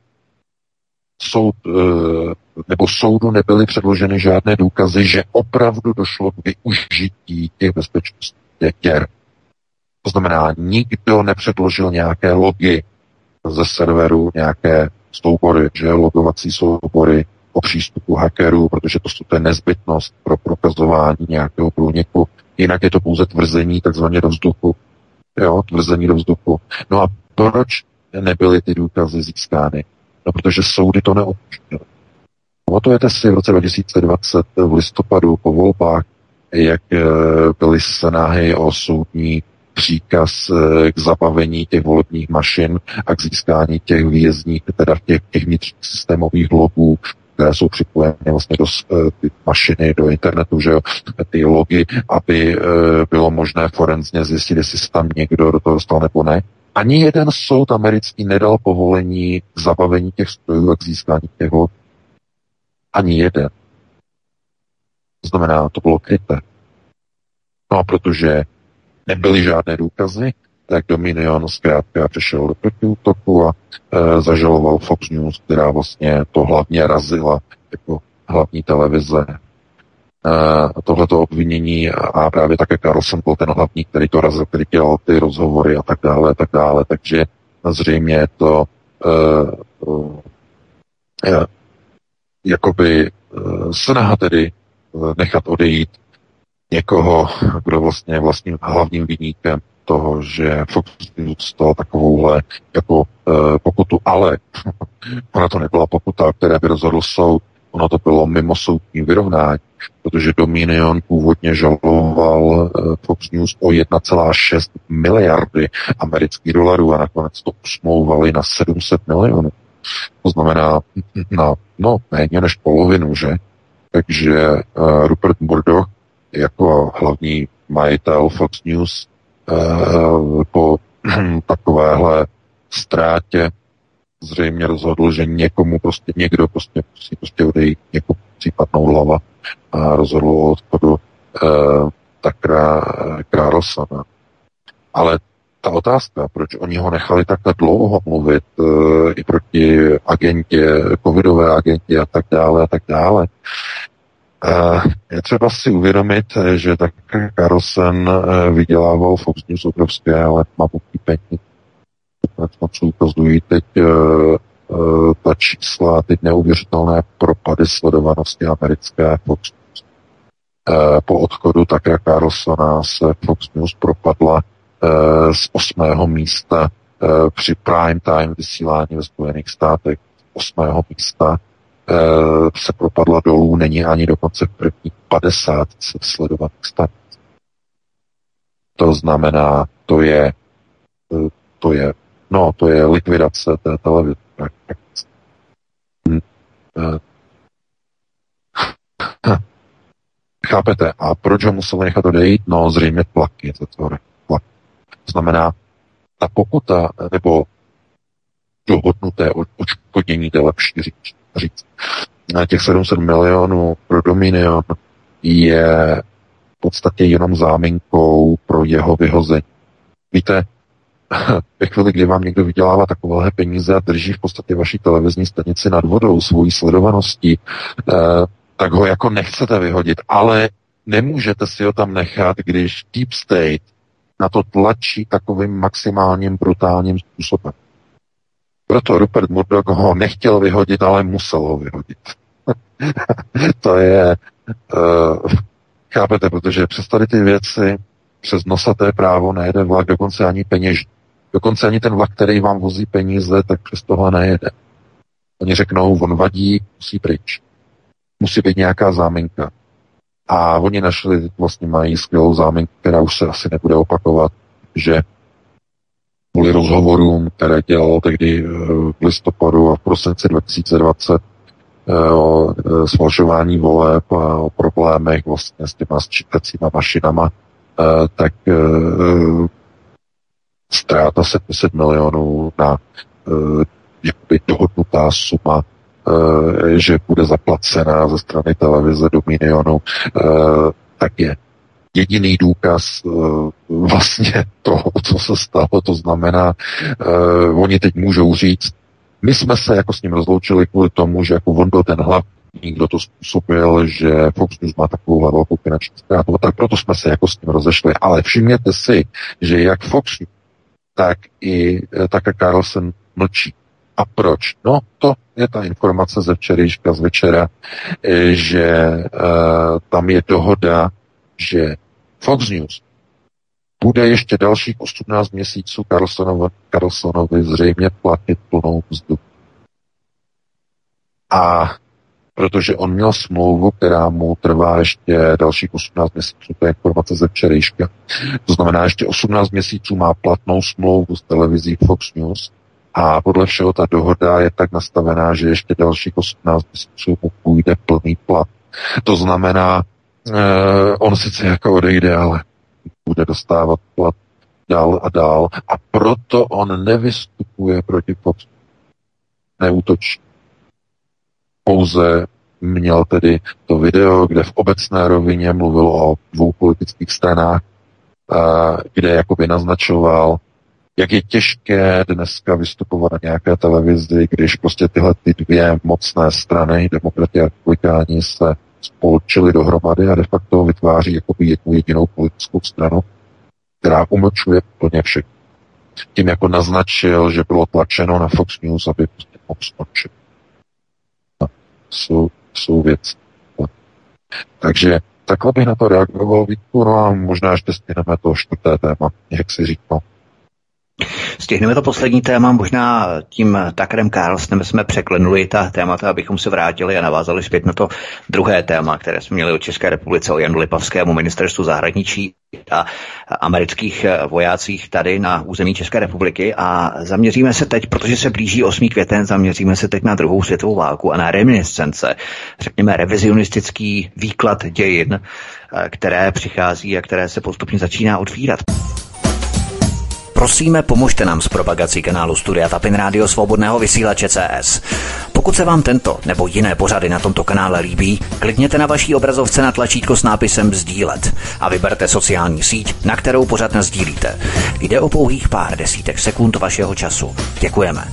soudu nebyly předloženy žádné důkazy, že opravdu došlo k využití těch bezpečnostních děr. To znamená, nikdo nepředložil nějaké logy ze serveru, nějaké soubory, logovací soubory o přístupu hackerů, protože to je nezbytnost pro prokazování nějakého průniku. Jinak je to pouze tvrzení takzvaně do vzduchu. Tvrzení do vzduchu. No a proč nebyly ty důkazy získány? No, protože soudy to neumožnily. Pamatujete si v roce 2020 v listopadu po volbách, jak byly snahy o soudní příkaz k zabavení těch volebních mašin a k získání těch výjezdních, teda těch vnitřních systémových logů, které jsou připojeny vlastně do ty mašiny, do internetu, že jo, ty logy, aby bylo možné forenzně zjistit, jestli se tam někdo do toho dostal nebo ne. Ani jeden soud americký nedal povolení k zabavení těch strojů a k získání těch logů. Ani jeden. To znamená, to bylo kryté. No a protože nebyly žádné důkazy, tak Dominion zkrátka přešel do protiútoku a zažaloval Fox News, která vlastně to hlavně razila jako hlavní televize. Tohleto obvinění a právě také Carlson byl ten hlavní, který to razil, který dělal ty rozhovory a tak dále. Takže zřejmě to jakoby snaha tedy nechat odejít někoho, kdo vlastně je vlastním hlavním viníkem toho, že Fox News dostal takovouhle jako pokutu, ale ona to nebyla pokuta, o které by rozhodl soud, ono to bylo mimo soudní vyrovnání, protože Dominion původně žaloval Fox News o 1,6 miliardy amerických dolarů a nakonec to usmlouvali na 700 milionů. To znamená na méně než polovinu, že? Takže Rupert Murdoch jako hlavní majitel Fox News po takovéhle ztrátě zřejmě rozhodl, že někdo musí odejít, někomu musí padnout hlava a rozhodl o odchodu Tuckera Carlsona. Ale ta otázka, proč oni ho nechali takhle dlouho mluvit i proti covidové agentě a tak dále, je třeba si uvědomit, že tak Carlson vydělával Fox News obrovské, ale mamutní peníze. Co ukazují teď ta čísla, teď neuvěřitelné propady sledovanosti americké Fox News. Po odchodu Tuckera Carlsona se Fox News propadla z 8. místa při prime time vysílání ve Spojených státech. 8. místa se propadla dolů, není ani dokonce v první 50 sledovaných stanic. To znamená, to je likvidace té televize. Chápete? A proč ho museli nechat odejít? No, zřejmě tlaky. To znamená, ta pokuta nebo dohodnuté odškodnění, to je lepší říct. Těch 700 milionů pro Dominion je v podstatě jenom záminkou pro jeho vyhození. Víte, ve chvíli, kdy vám někdo vydělává takové peníze a drží v podstatě vaší televizní stanici nad vodou svojí sledovaností, tak ho jako nechcete vyhodit, ale nemůžete si ho tam nechat, když Deep State na to tlačí takovým maximálním brutálním způsobem. Proto Rupert Murdoch ho nechtěl vyhodit, ale musel ho vyhodit. To je, chápete, protože přes tady ty věci, přes nosaté právo nejede vlak, dokonce ani peněžní. Dokonce ani ten vlak, který vám vozí peníze, tak přes tohle nejede. Oni řeknou, on vadí, musí pryč. Musí být nějaká záminka. A oni našli, vlastně mají skvělou záminku, která už se asi nebude opakovat, že kvůli rozhovorům, které dělal tehdy v listopadu a v prosinci 2020 o sfalšování voleb a o problémech vlastně s těma sčítacíma mašinama, tak ztráta 700 milionů na jakoby dohodnutá suma, že bude zaplacená ze strany televize Dominionu, tak je jediný důkaz vlastně toho, co se stalo. To znamená, oni teď můžou říct, my jsme se jako s ním rozloučili kvůli tomu, že jako on byl ten hlavní, kdo to způsobil, že Fox News má takovou velkou finanční ztrátu, tak proto jsme se jako s ním rozešli. Ale všimněte si, že jak Fox News, tak i Tucker Carlson mlčí. A proč? No, to je ta informace ze včerejška, z večera, že tam je dohoda, že Fox News bude ještě dalších 18 měsíců Carlsonovi zřejmě platit plnou mzdu. A protože on měl smlouvu, která mu trvá ještě dalších 18 měsíců, to je informace ze včerejška. To znamená, ještě 18 měsíců má platnou smlouvu s televizí Fox News a podle všeho ta dohoda je tak nastavená, že ještě dalších 18 měsíců mu půjde plný plat. To znamená, on sice jako odejde, ale bude dostávat plat dál a dál a proto on nevystupuje proti Fox. Neútočí. Pouze měl tedy to video, kde v obecné rovině mluvil o 2 politických stranách, kde jakoby naznačoval, jak je těžké dneska vystupovat na nějaké televizi, když prostě tyhle ty 2 mocné strany, demokrati a republikáni, se spolčili dohromady a de facto vytváří jakoby jednu jedinou politickou stranu, která umlčuje plně všechno. Tím jako naznačil, že bylo tlačeno na Fox News, aby prostě mohl skončit. Jsou věci. Takže takhle bych na to reagoval, Vítku, no a možná ještě stihneme to 4. téma, jak si říkal. Stihneme to poslední téma, možná tím Tuckerem Carlsonem jsme překlenuli ta témata, abychom se vrátili a navázali zpět na to druhé téma, které jsme měli o České republice, o Janu Lipavskému, ministerstvu zahraničí a amerických vojácích tady na území České republiky a zaměříme se teď, protože se blíží 8. květen, zaměříme se teď na 2. světovou válku a na reminiscence, řekněme revizionistický výklad dějin, které přichází a které se postupně začíná otvírat. Prosíme, pomožte nám s propagací kanálu Studia Tapin Rádio Svobodného vysílače CS. Pokud se vám tento nebo jiné pořady na tomto kanále líbí, klikněte na vaší obrazovce na tlačítko s nápisem sdílet a vyberte sociální síť, na kterou pořad nasdílíte. Jde o pouhých pár desítek sekund vašeho času. Děkujeme.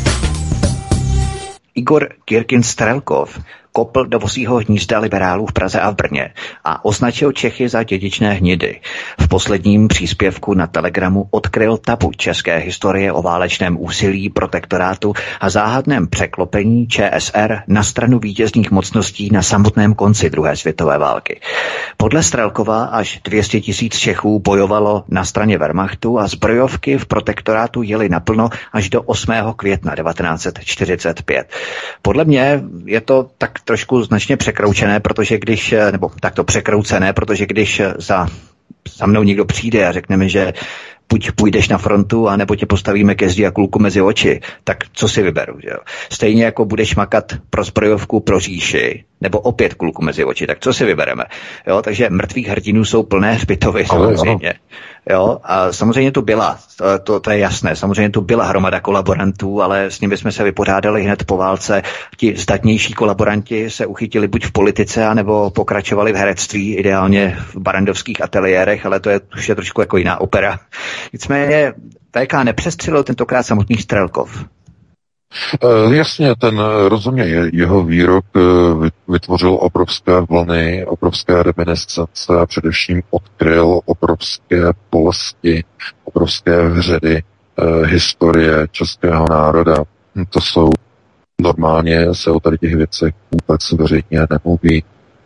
Igor Kirkin-Strelkov kopl do vosího hnízda liberálů v Praze a v Brně a označil Čechy za dědičné hnidy. V posledním příspěvku na Telegramu odkryl tabu české historie o válečném úsilí protektorátu a záhadném překlopení ČSR na stranu vítězných mocností na samotném konci druhé světové války. Podle Strelkova až 200 000 Čechů bojovalo na straně Wehrmachtu a zbrojovky v protektorátu jeli naplno až do 8. května 1945. Podle mě je to tak trošku značně překroucené, protože když za mnou někdo přijde a řekne mi, že buď půjdeš na frontu, anebo tě postavíme ke zdi a kulku mezi oči, tak co si vyberu, že jo? Stejně jako budeš makat pro zbrojovku pro říši, nebo opět kulku mezi oči, tak co si vybereme? Jo, takže mrtvých hrdinů jsou plné hřbitovy, samozřejmě. Jo, a samozřejmě tu byla, to je jasné, samozřejmě tu byla hromada kolaborantů, ale s nimi jsme se vypořádali hned po válce. Ti zdatnější kolaboranti se uchytili buď v politice, anebo pokračovali v herectví, ideálně v barandovských ateliérech, ale to je už je trošku jako jiná opera. Nicméně VK nepřestřelil tentokrát samotný Strelkov. Jasně, rozumně, jeho výrok vytvořil obrovské vlny, obrovské reminiscence a především odkryl obrovské bolesti, obrovské vředy historie českého národa. To jsou normálně se o tady těch věcech vůbec veřejně nemluví.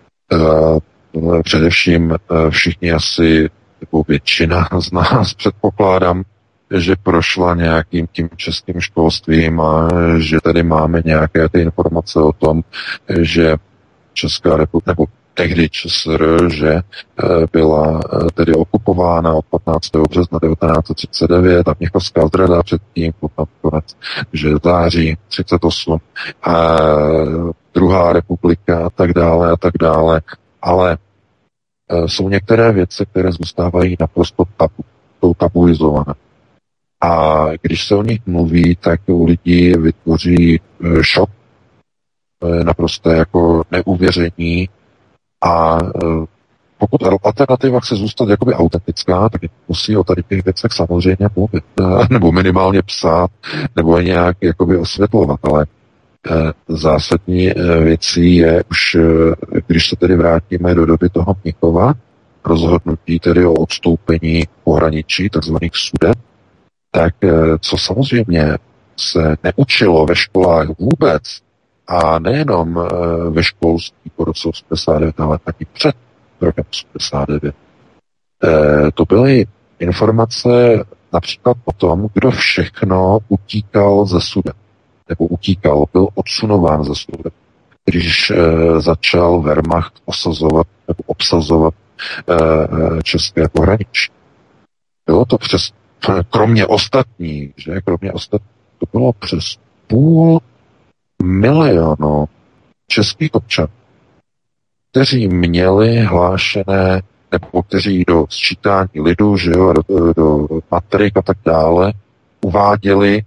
Především všichni asi, nebo většina z nás předpokládám, že prošla nějakým tím českým školstvím a že tady máme nějaké ty informace o tom, že Česká republika, nebo tehdy ČSR, že byla tedy okupována od 15. března 1939 a Mnichovská zrada předtím, potom konec, že září 38, druhá republika a tak dále, ale jsou některé věci, které zůstávají naprosto tabuizované. A když se o nich mluví, tak u lidí vytvoří šok, naprosto jako neuvěření a pokud alternativa chce zůstat jakoby autentická, tak musí o tady těch věcech samozřejmě mluvit, nebo minimálně psát, nebo nějak jakoby osvětlovat, ale zásadní věcí je už, když se tedy vrátíme do doby toho Mnichova, rozhodnutí tedy o odstoupení pohraničí, takzvaných Sudet, tak co samozřejmě se neučilo ve školách vůbec, a nejenom ve školství po roce 89, ale taky před rokem 89, to byly informace například o tom, kdo všechno utíkal ze Sudet, nebo byl odsunován ze Sudet, když začal Wehrmacht obsazovat české pohraničí. Bylo to kromě ostatních, to bylo přes 500 000 českých občanů, kteří měli hlášené, nebo kteří do sčítání lidu, že jo, do matrik a tak dále, uváděli,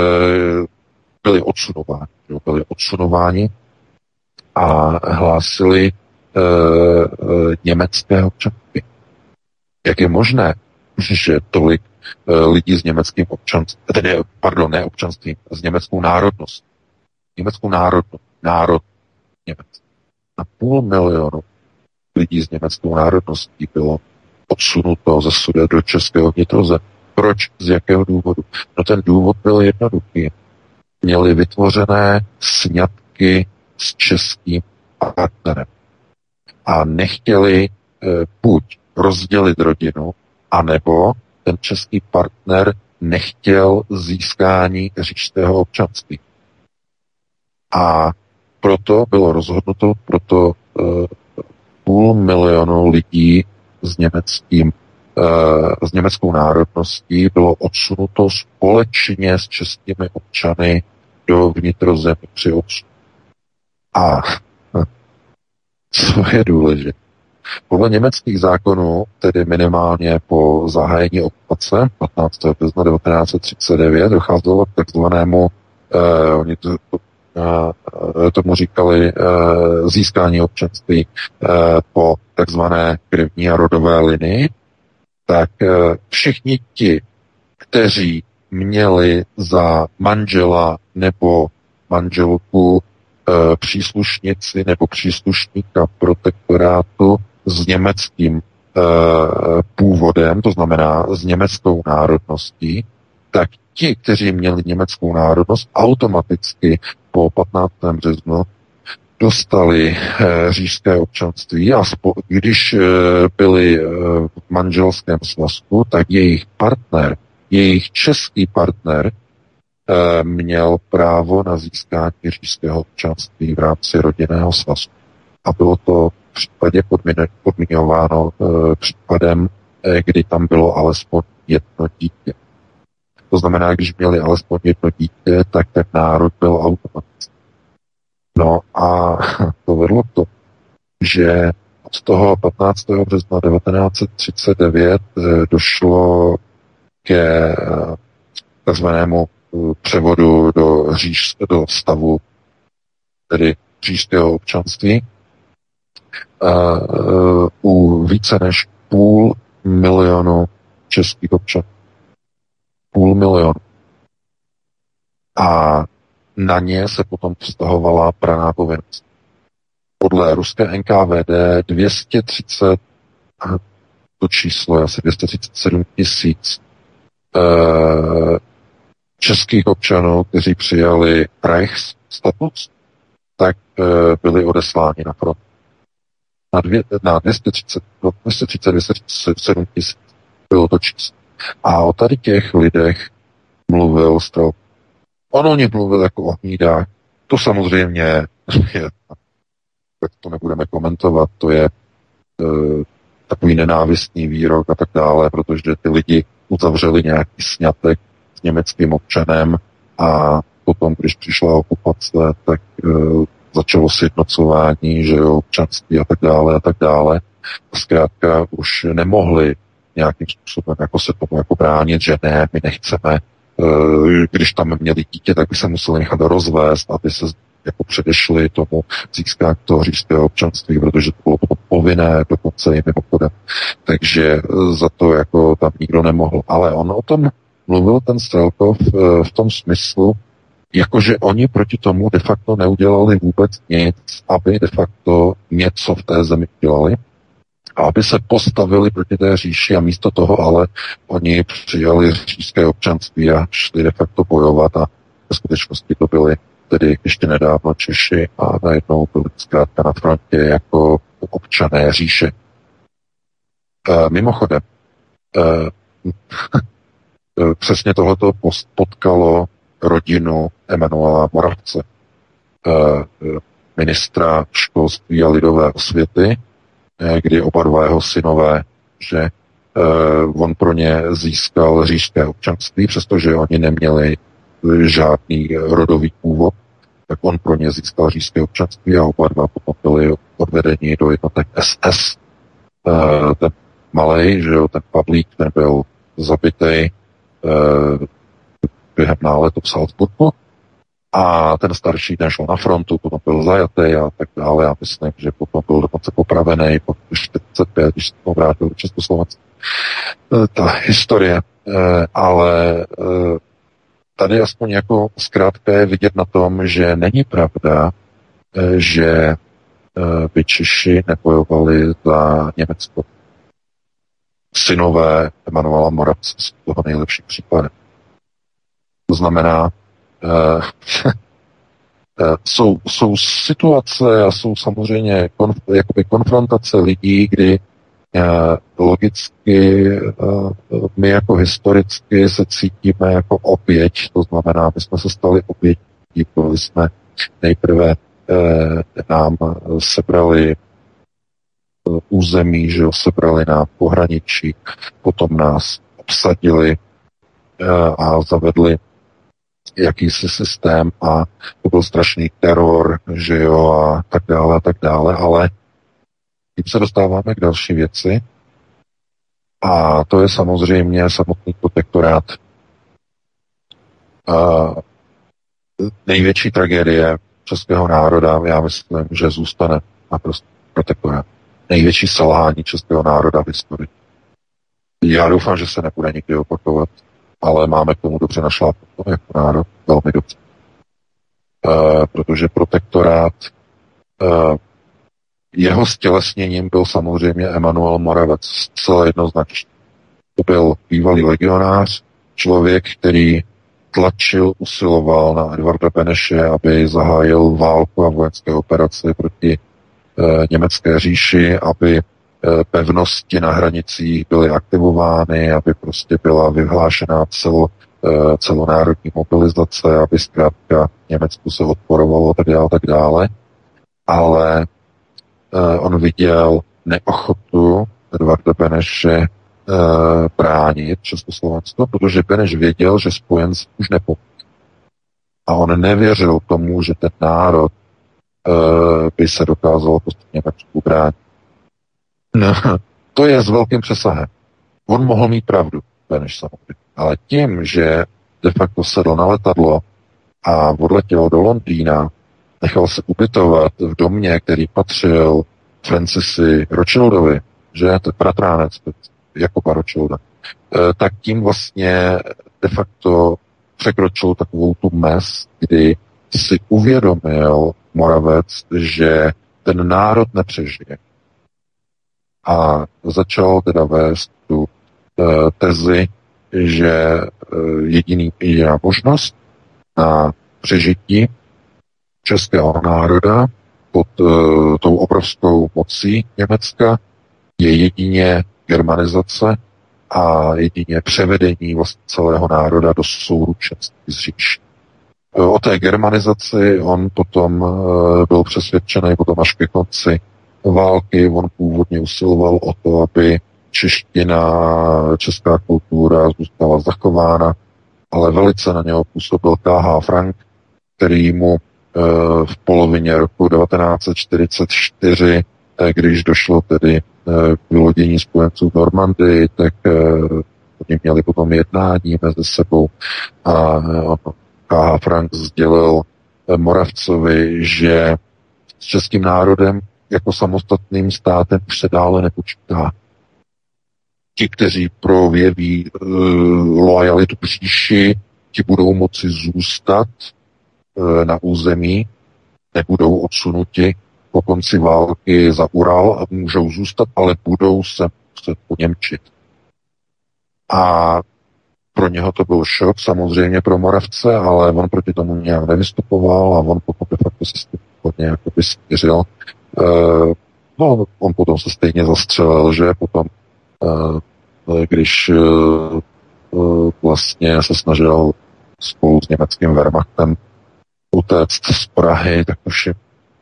byli odsunováni a hlásili německé občanství. Jak je možné, že tolik lidí s německým občanstvím, ne občanstvím, s německou národností. Národ Němec. Na 500 000 lidí s německou národností bylo odsunuto ze Sudet do českého vnitrozemí. Proč? Z jakého důvodu? No ten důvod byl jednoduchý. Měli vytvořené sňatky s českým partnerem. A nechtěli buď rozdělit rodinu, anebo ten český partner nechtěl získání říšského občanství. A proto bylo rozhodnuto, proto 500 000 lidí s německou národností bylo odsunuto společně s českými občany do vnitrozemí při odsunu. A co je důležité? Podle německých zákonů, tedy minimálně po zahájení okupace 15. března 1939, docházelo k takzvanému, oni to tomu říkali získání občanství po takzvané krevní a rodové linii, tak všichni ti, kteří měli za manžela nebo manželku příslušnici nebo příslušníka protektorátu s německým původem, to znamená s německou národností, tak ti, kteří měli německou národnost, automaticky po 15. březnu dostali říšské občanství a když byli v manželském svazku, tak jejich partner, jejich český partner měl právo na získání říšského občanství v rámci rodinného svazku. A bylo to v případě podmiňováno případem, kdy tam bylo alespoň jedno dítě. To znamená, když měli alespoň jedno dítě, tak ten národ byl automatický. No a to vedlo k tomu, že od toho 15. března 1939 došlo ke takzvanému převodu do stavu tedy říšského občanství u více než 500 000 českých občanů. 500 000. A na ně se potom vztahovala branná povinnost. Podle ruské NKVD 230, to číslo je asi 237 000 českých občanů, kteří přijali Reichsstatus, tak byli odesláni na front. Na 237 000 bylo to číslo. A o tady těch lidech mluvil Strelkov. On o nich mluvil jako o hnídách. To samozřejmě je, tak to nebudeme komentovat, to je takový nenávistný výrok a tak dále, protože ty lidi uzavřeli nějaký sňatek s německým občanem a potom, když přišla okupace, tak začalo sjednocování, že jo, občanství a tak dále a tak dále. A zkrátka už nemohli nějakým způsobem jako se tomu jako bránit, že ne, my nechceme, když tam měli dítě, tak by se museli nechat rozvést, aby se jako předešli tomu získání toho říšského občanství, protože to bylo povinné dokonce i mimochodem. Takže za to jako tam nikdo nemohl. Ale on o tom mluvil ten Strelkov v tom smyslu, jakože oni proti tomu de facto neudělali vůbec nic, aby de facto něco v té zemi udělali, a aby se postavili proti té říši a místo toho ale oni přijali říšské občanství a šli de facto bojovat a ve skutečnosti to byli tedy ještě nedávno Češi a najednou byli zkrátka na frontě jako občané říše. Mimochodem, přesně tohleto potkalo rodinu Emanuela Moravce, ministra školství a lidové osvěty, kdy oba dva jeho synové, že on pro ně získal říšské občanství, přestože oni neměli žádný rodový původ, tak on pro ně získal říšské občanství a oba dva potom byli odvedeni do jednotek SS. Ten malej, že jo, ten Pavlík, ten byl zabitej během náletu v Salzburgu a ten starší ten šel na frontu, potom byl zajatý a tak dále. Já myslím, že potom byl dokonce popravený po 45, když se vrátil do Československa. Ta historie, ale tady aspoň jako zkrátka je vidět na tom, že není pravda, že by Češi nebojovali za Německo. Synové Emanuela Moravce jsou toho nejlepší příkladem. To znamená, jsou situace a jsou samozřejmě konfrontace lidí, kdy logicky my jako historicky se cítíme jako oběť, to znamená, my jsme se stali obětí, byli jsme nejprve nám sebrali území, že jo, sebrali nám pohraničí, potom nás obsadili a zavedli jakýsi systém a to byl strašný teror, že jo, a tak dále, ale tím se dostáváme k další věci a to je samozřejmě samotný protektorát. největší tragédie českého národa, já myslím, že zůstane naprosto protektorát. Největší selhání českého národa v historii. Já doufám, že se nebude nikdy opakovat, ale máme k tomu dobře našlápnuto jako národ, velmi dobře. Protože protektorát, jeho stělesněním byl samozřejmě Emanuel Moravec, zcela jednoznačně. To byl bývalý legionář, člověk, který tlačil, usiloval na Edvarda Beneše, aby zahájil válku a vojenské operace proti německé říši, aby pevnosti na hranicích byly aktivovány, aby prostě byla vyhlášená celonárodní mobilizace, aby zkrátka Německu se odporovalo a tak dále. Ale on viděl neochotu Edvarda Beneše bránit Československo, protože Beneš věděl, že spojenci už nepomůže. A on nevěřil tomu, že ten národ by se dokázal prostě Německu bránit. No, to je s velkým přesahem. On mohl mít pravdu, Beneš samozřejmě. Ale tím, že de facto sedl na letadlo a odletěl do Londýna, nechal se ubytovat v domě, který patřil Francisi Rothschildovi, že to je bratránec Jakoba Rothschilda, tak tím vlastně de facto překročil takovou tu mez, kdy si uvědomil Moravec, že ten národ nepřežije. A začal teda vést tu tezi, že jediná možnost na přežití českého národa pod tou obrovskou mocí Německa je jedině germanizace a jedině převedení vlastně celého národa do souručenství s říší. O té germanizaci on potom byl přesvědčený potom až ke konci války. On původně usiloval o to, aby čeština, česká kultura zůstala zachována, ale velice na něho působil K.H. Frank, který mu v polovině roku 1944, když došlo tedy k vylodění spojenců v Normandii, tak oni měli potom jednání mezi sebou a K.H. Frank sdělil Moravcovi, že s českým národem jako samostatným státem už se dále nepočítá. Ti, kteří projeví loajalitu k říši, ti budou moci zůstat na území, nebudou odsunuti po konci války za Ural a můžou zůstat, ale budou se muset poněmčit. A pro něho to byl šok, samozřejmě pro Moravce, ale on proti tomu nějak nevystupoval a on potom de facto se s tím hodně jakoby smířil. No, on potom se stejně zastřelil, že potom, když vlastně se snažil spolu s německým Wehrmachtem utéct z Prahy, tak už je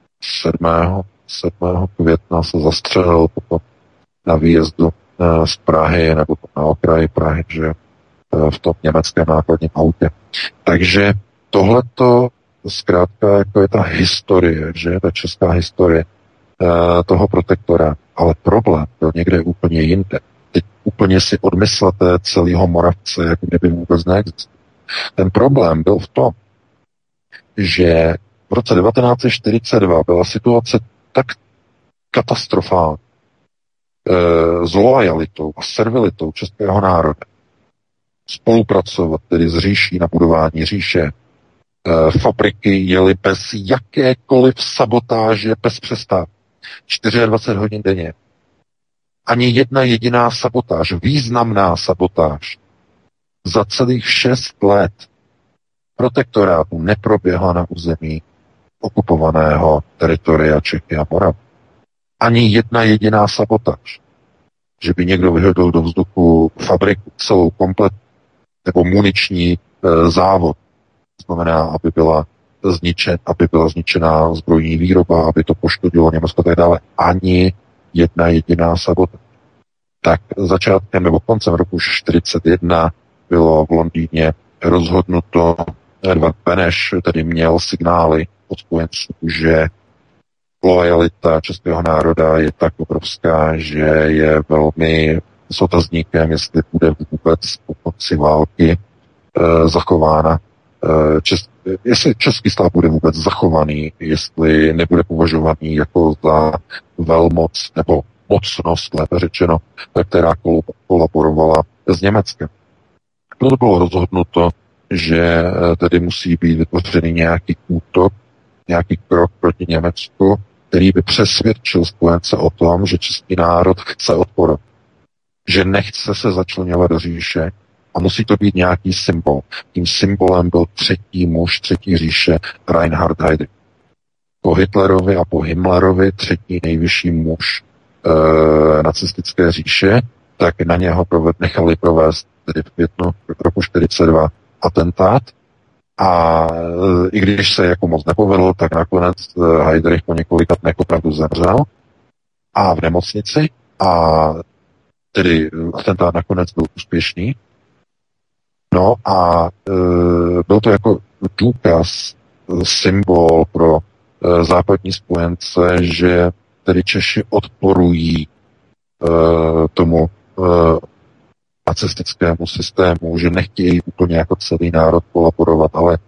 7. května se zastřelil potom na výjezdu z Prahy nebo na okraji Prahy, že v tom německém nákladním autě. Takže tohleto zkrátka jako je ta historie, že ta česká historie toho protektora. Ale problém byl někde úplně jinde. Teď úplně si odmyslete celého Moravce, jak kdyby vůbec neexistoval. Ten problém byl v tom, že v roce 1942 byla situace tak katastrofální s loajalitou a servilitou českého národa. Spolupracovat tedy s říší na budování říše. Fabriky jely bez jakékoliv sabotáže, bez přestávky. 24 hodin denně. Ani jedna jediná sabotáž, významná sabotáž za celých 6 let protektorátu neproběhla na území okupovaného teritoria Čechy a Moravy. Ani jedna jediná sabotáž. Že by někdo vyhodil do vzduchu fabriku celou komplet nebo muniční závod. To znamená, aby byla zničená zbrojní výroba, aby to poškodilo Německo a tak dále. Ani jedna jediná sabotáž. Tak začátkem nebo koncem roku 1941 bylo v Londýně rozhodnuto, Edvard Beneš tedy měl signály od spojenců, že loajalita českého národa je tak obrovská, že je velmi s otazníkem, jestli bude vůbec po konci války zachována jestli český stát bude vůbec zachovaný, jestli nebude považovaný jako za velmoc nebo mocnost, lépe řečeno, která kolaborovala s Německem. Proto bylo rozhodnuto, že tedy musí být vytvořený nějaký útok, nějaký krok proti Německu, který by přesvědčil spojence o tom, že český národ chce odpor, že nechce se začleňovat do říše a musí to být nějaký symbol. Tím symbolem byl třetí muž, třetí říše, Reinhard Heydrich. Po Hitlerovi a po Himmlerovi třetí nejvyšší muž nacistické říše, tak na něho nechali provést tedy v květnu roku 1942 atentát. A i když se jako moc nepovedl, tak nakonec Heydrich po několika dnech opravdu zemřel a v nemocnici a tedy atentát nakonec byl úspěšný. No a byl to jako důkaz, symbol pro západní spojence, že tedy Češi odporují tomu nacistickému systému, že nechtějí úplně jako celý národ kolaborovat, ale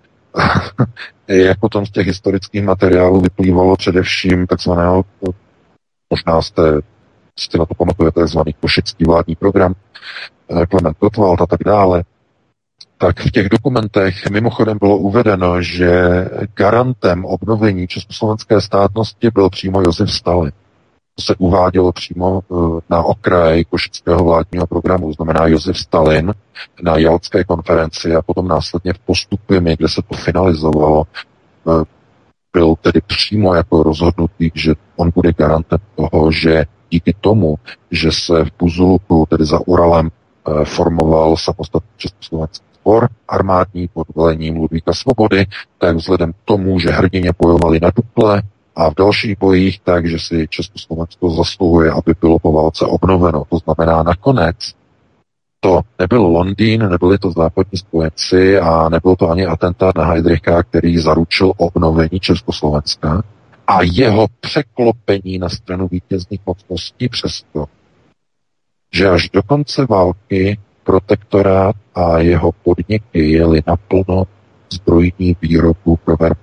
jak potom z těch historických materiálů vyplývalo především takzvaného, možná si na to pamatujete, takzvaný košický vládní program, Klement Gottwald a tak dále, tak v těch dokumentech mimochodem bylo uvedeno, že garantem obnovení československé státnosti byl přímo Josef Stalin. To se uvádělo přímo na okraj košického vládního programu, znamená Josef Stalin na Jaltské konferenci a potom následně v Postupimi, kde se to finalizovalo, byl tedy přímo jako rozhodnutý, že on bude garantem toho, že díky tomu, že se v Buzuluku, tedy za Uralem, formoval samostatný československý sbor armádní pod velením Ludvíka Svobody, tak vzhledem k tomu, že hrdině bojovali na Dukle a v dalších bojích, takže si Československo zasluhuje, aby bylo po válce obnoveno. To znamená nakonec to nebyl Londýn, nebyli to západní spojenci a nebyl to ani atentát na Heydricha, který zaručil obnovení Československa a jeho překlopení na stranu vítězných mocností přesto, že až do konce války protektorát a jeho podniky jeli naplno zbrojní výrobu pro Wehrmacht.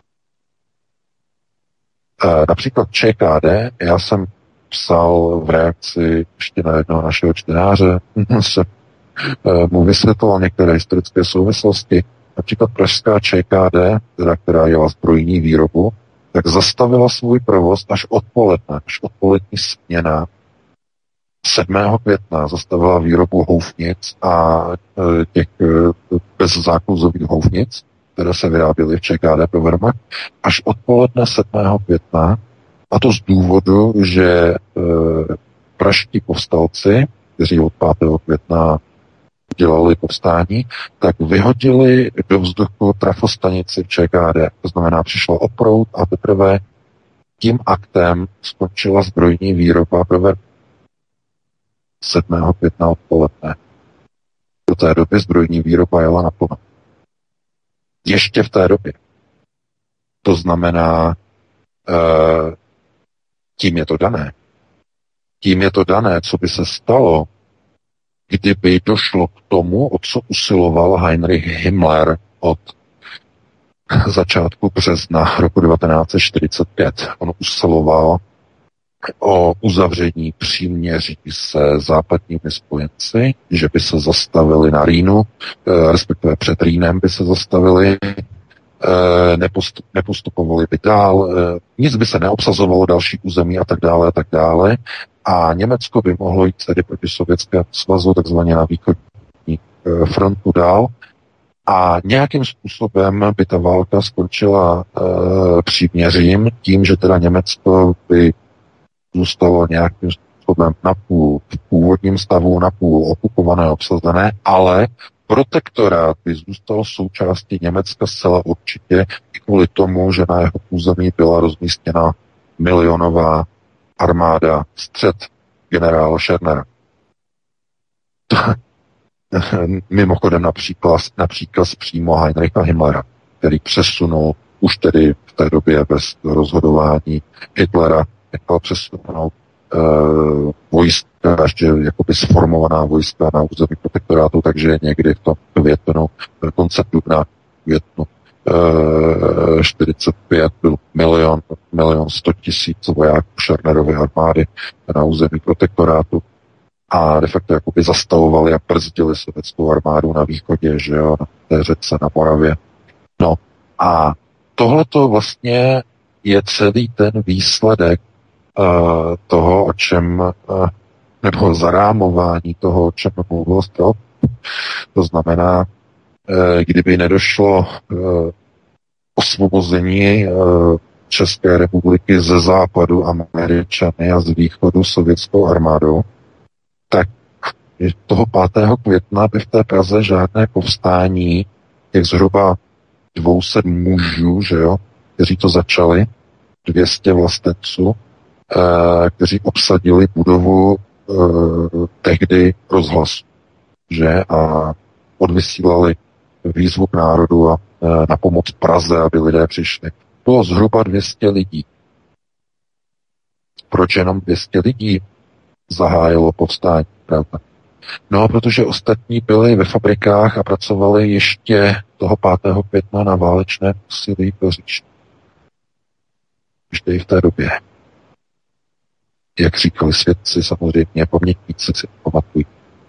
Například ČKD, já jsem psal v reakci ještě na jednoho našeho čtenáře, jsem mu vysvětloval některé historické souvislosti. Například pražská ČKD, která jela zbrojní výrobu, tak zastavila svůj provoz až odpoledne, až odpolední směna 7. května zastavila výrobu houfnic a těch bezzákluzových houfnic, které se vyráběly v ČKD pro Wehrmacht, až odpoledne 7. května, a to z důvodu, že pražští povstalci, kteří od 5. května dělali povstání, tak vyhodili do vzduchu trafostanici v ČKD. To znamená, přišla o proud a teprve tím aktem skončila zbrojní výroba pro Wehrmacht 7. května odpoledne. Do té doby zbrojní výroba jela naplno. Ještě v té době. To znamená, tím je to dané. Tím je to dané, co by se stalo, kdyby došlo k tomu, o co usiloval Heinrich Himmler od začátku března roku 1945. On usiloval o uzavření příměří se západními spojenci, že by se zastavili na Rýnu, respektive před Rýnem by se zastavili, nepostupovali by dál, nic by se neobsazovalo, další území a tak dále a tak dále. A Německo by mohlo jít tedy proti Sovětskému svazu, takzvaně na východní frontu dál. A nějakým způsobem by ta válka skončila příměřím, tím, že teda Německo by zůstalo nějakým způsobem napůl v původním stavu, napůl okupované, obsazené, ale protektorát by zůstal součástí Německa zcela určitě i kvůli tomu, že na jeho území byla rozmístěna milionová armáda střed generála Schernera. Mimochodem například přímo Heinricha Himmlera, který přesunul už tedy v té době bez rozhodování Hitlera, nechal přesunout vojska, ještě jakoby sformovaná vojska na území protektorátu, takže někdy v tom květnu, koncem dubna, květnu 45 byl milion 100 000 vojáků Šarnerovy armády na území protektorátu a de facto jakoby zastavovali a brzdili sovětskou armádu na východě, že jo, na té řece na Moravě. No a tohleto vlastně je celý ten výsledek toho, o čem, nebo zarámování toho, o čem mluvil Strauss. To znamená, kdyby nedošlo osvobození České republiky ze západu Američany a z východu sovětskou armádou, tak toho 5. května by v té Praze žádné povstání těch zhruba 200 mužů, že jo, kteří to začali, 200 vlastenců, kteří obsadili budovu tehdy Rozhlasu, že, a odvysílali výzvu k národu a na pomoc Praze, aby lidé přišli. Bylo zhruba 200 lidí. Proč jenom 200 lidí zahájilo povstání? Pravda? No, protože ostatní byli ve fabrikách a pracovali ještě toho 5. května na válečné úsilí pro říši. Ještě i v té době. Jak říkali svědci, samozřejmě pamětníci si pamatují.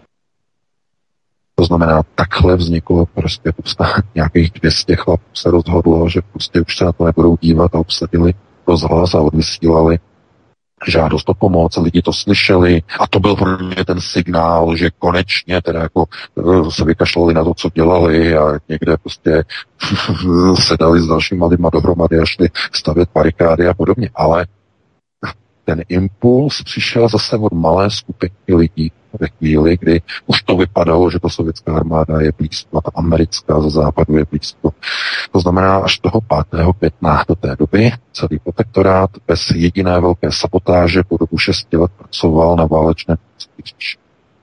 To znamená, takhle vzniklo prostě povstání. Nějakých 200 chlapů se rozhodlo, že prostě už se na to nebudou dívat a obsadili Rozhlas a odvysílali žádost o pomoc, lidi to slyšeli a to byl pro mě ten signál, že konečně teda jako se vykašlali na to, co dělali a někde prostě sedali s dalšíma lidma dohromady a šli stavět barikády a podobně, ale ten impuls přišel zase od malé skupinky lidí ve chvíli, kdy už to vypadalo, že ta sovětská armáda je blízko a ta americká ze západu je blízko. To znamená, až toho 5. května do té doby celý protektorát bez jediné velké sabotáže po dobu 6 let pracoval na válečné říši.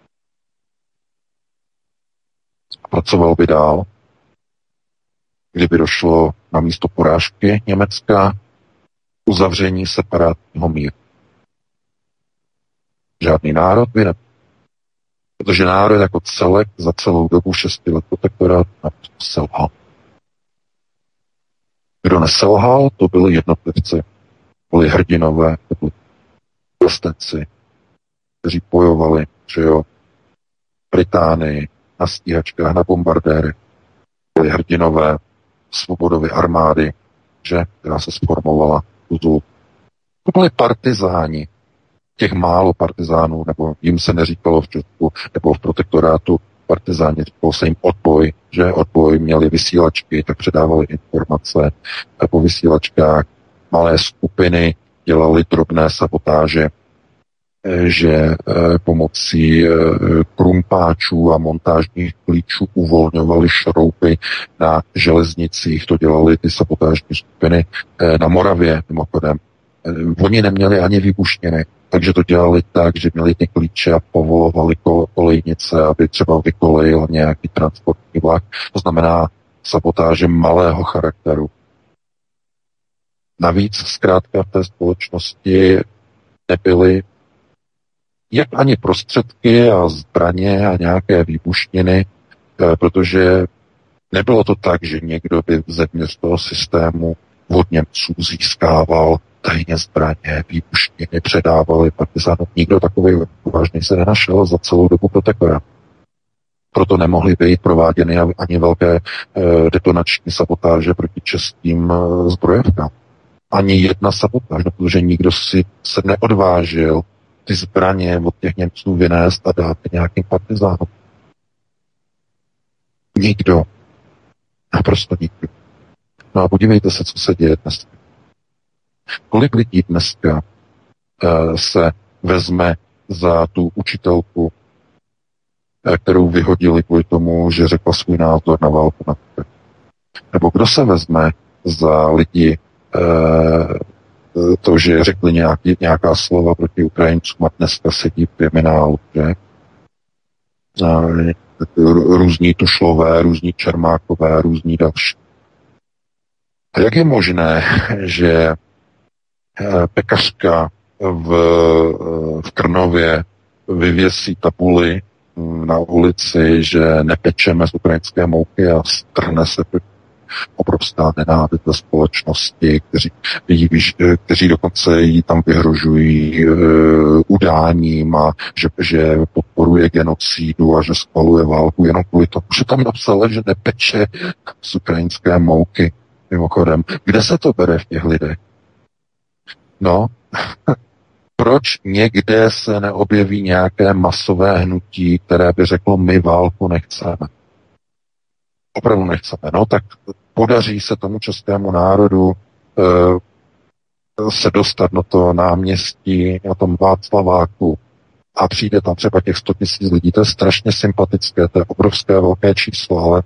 Pracoval by dál, kdyby došlo na místo porážky Německa uzavření separátního míru. Žádný národ by nebyl. Protože národ jako celek za celou dobu 6 let protektorátu naprosto selhal. Kdo neselhal, to byli jednotlivci. Byli hrdinové, to byli vlastenci, kteří bojovali, že jo, v Británii, na stíhačkách, na bombardéry. Byli hrdinové svobodové armády, že, která se sformovala v Tuzlu. To byli partizáni, těch málo partizánů, nebo jim se neříkalo v Česku, nebo v protektorátu partizáni, říkalo se jim odboj, že odboj, měli vysílačky, tak předávali informace po vysílačkách, malé skupiny dělali drobné sabotáže, že pomocí krumpáčů a montážních klíčů uvolňovali šrouby na železnicích, to dělali ty sabotážní skupiny na Moravě, mimochodem. Oni neměli ani výbušniny, takže to dělali tak, že měli ty klíče a povolovali kolejnice, aby třeba vykolejil nějaký transportní vlak. To znamená sabotáže malého charakteru. Navíc zkrátka v té společnosti nebyly jak ani prostředky a zbraně a nějaké výbušniny, protože nebylo to tak, že někdo by zevnitř toho systému od Němců získával tajně zbraně, výbušniny, předávali partizánům. Nikdo takový vážný se nenašel za celou dobu protektorátu. Proto nemohly být prováděny ani velké detonační sabotáže proti českým zbrojovkám. Ani jedna sabotáž, protože nikdo si se neodvážil ty zbraně od těch Němců vynést a dát nějakým partizánům. Nikdo. Naprosto nikdo. No a podívejte se, co se děje dnes. Kolik lidí dneska se vezme za tu učitelku, kterou vyhodili kvůli tomu, že řekla svůj názor na válku na Ukrajině. Nebo kdo se vezme za lidi to, že řekli nějaká slova proti Ukrajincům a dneska sedí v kriminálu, že? Různí Tušlové, různí Čermákové, různí další. A jak je možné, že pekařka v Krnově vyvěsí tabuli na ulici, že nepečeme z ukrajinské mouky a strhne se obrovská nenávist ve společnosti, kteří dokonce jí tam vyhrožují udáním a že podporuje genocidu a že schvaluje válku jenom kvůli tomu, že tam napsala, že nepeče z ukrajinské mouky. Mimochodem, kde se to bere v těch lidech? No, proč někde se neobjeví nějaké masové hnutí, které by řeklo, my válku nechceme? Opravdu nechceme. No, tak podaří se tomu českému národu se dostat na to náměstí, na tom Václaváku a přijde tam třeba těch 100 000 lidí. To je strašně sympatické, to je obrovské velké číslo, ale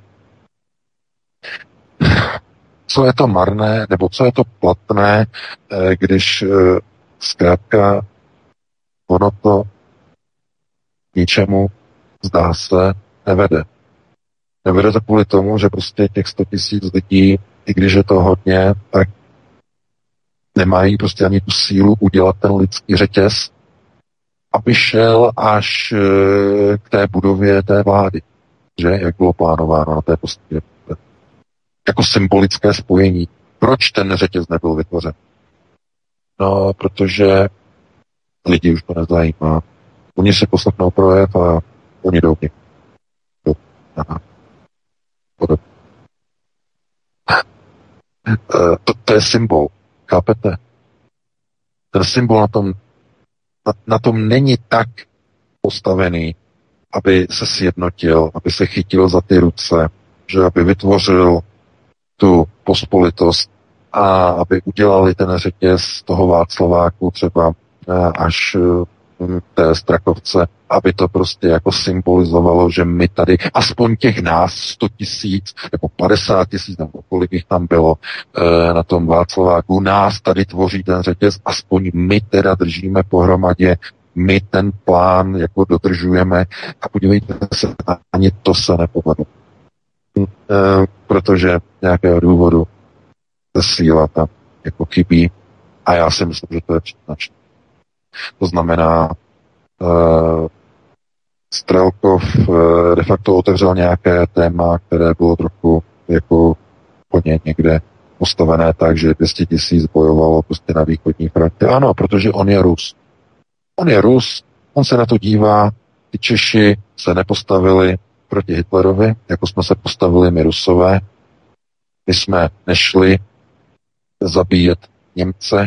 co je to marné, nebo co je to platné, když zkrátka ono to ničemu, zdá se, nevede. Nevede to kvůli tomu, že prostě těch 100 000 lidí, i když je to hodně, tak nemají prostě ani tu sílu udělat ten lidský řetěz, aby šel až k té budově té vlády, že, jak bylo plánováno na té postupě. Jako symbolické spojení. Proč ten řetěz nebyl vytvořen? No, protože lidi už to nezajímá. Oni si poslechnou projev a oni jdou to je symbol. Chápete? Ten symbol na tom není tak postavený, aby se sjednotil, aby se chytil za ty ruce, že aby vytvořil tu pospolitost a aby udělali ten řetěz toho Václaváku třeba až té Strakovce, aby to prostě jako symbolizovalo, že my tady, aspoň těch nás 100 000 nebo 50 000, nebo kolik jich tam bylo na tom Václaváku, nás tady tvoří ten řetěz, aspoň my teda držíme pohromadě, my ten plán jako dodržujeme a podívejte se, ani to se nepovedlo. Protože nějakého důvodu síla tam jako chybí a já si myslím, že to je příznačné. To znamená, Strelkov de facto otevřel nějaké téma, které bylo trochu jako hodně někde postavené tak, že 200 000 bojovalo prostě na východní frontě. Ano, protože on je Rus. On je Rus, on se na to dívá, ty Češi se nepostavili proti Hitlerovi, jako jsme se postavili my Rusové. My jsme nešli zabíjet Němce,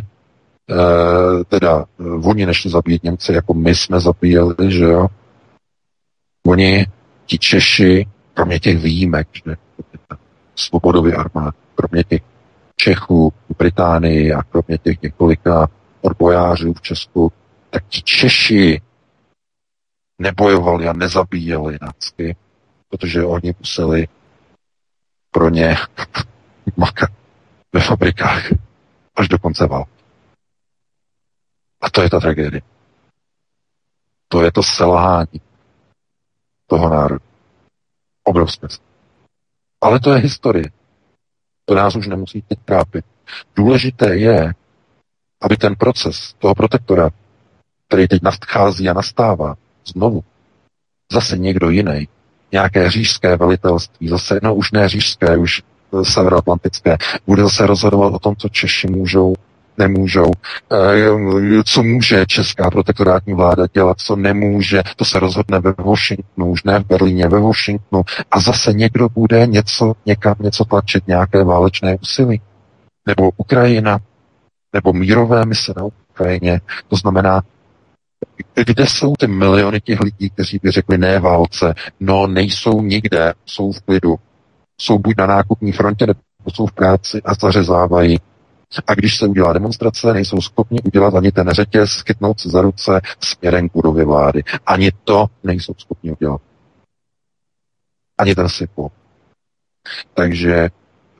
oni nešli zabíjet Němce, jako my jsme zabíjeli, že jo. Oni, ti Češi, kromě těch výjimek, že Svobodovy armády, kromě těch Čechů v Británii a kromě těch několika odbojářů v Česku, tak ti Češi nebojovali a nezabíjeli nácky, protože oni museli pro ně makat ve fabrikách až do konce války. A to je ta tragédie. To je to selhání toho národa. Obrovské. Ale to je historie. To nás už nemusí teď trápit. Důležité je, aby ten proces toho protektorátu, který teď nadchází a nastává znovu, zase někdo jiný, nějaké říšské velitelství, zase, no už ne říšské, už severoatlantické, bude zase rozhodovat o tom, co Češi můžou, nemůžou, co může česká protektorátní vláda dělat, co nemůže, to se rozhodne ve Washingtonu, už ne v Berlíně, ve Washingtonu a zase někdo bude někam něco tlačit, nějaké válečné úsilí, nebo Ukrajina, nebo mírové mise na Ukrajině, to znamená, kde jsou ty miliony těch lidí, kteří by řekli ne válce, no nejsou nikde, jsou v klidu, jsou buď na nákupní frontě, nebo jsou v práci a zařezávají. A když se udělá demonstrace, nejsou schopni udělat ani ten řetěz, chytnout se za ruce směrem k budově vlády. Ani to nejsou schopni udělat. Ani ten symbol. Takže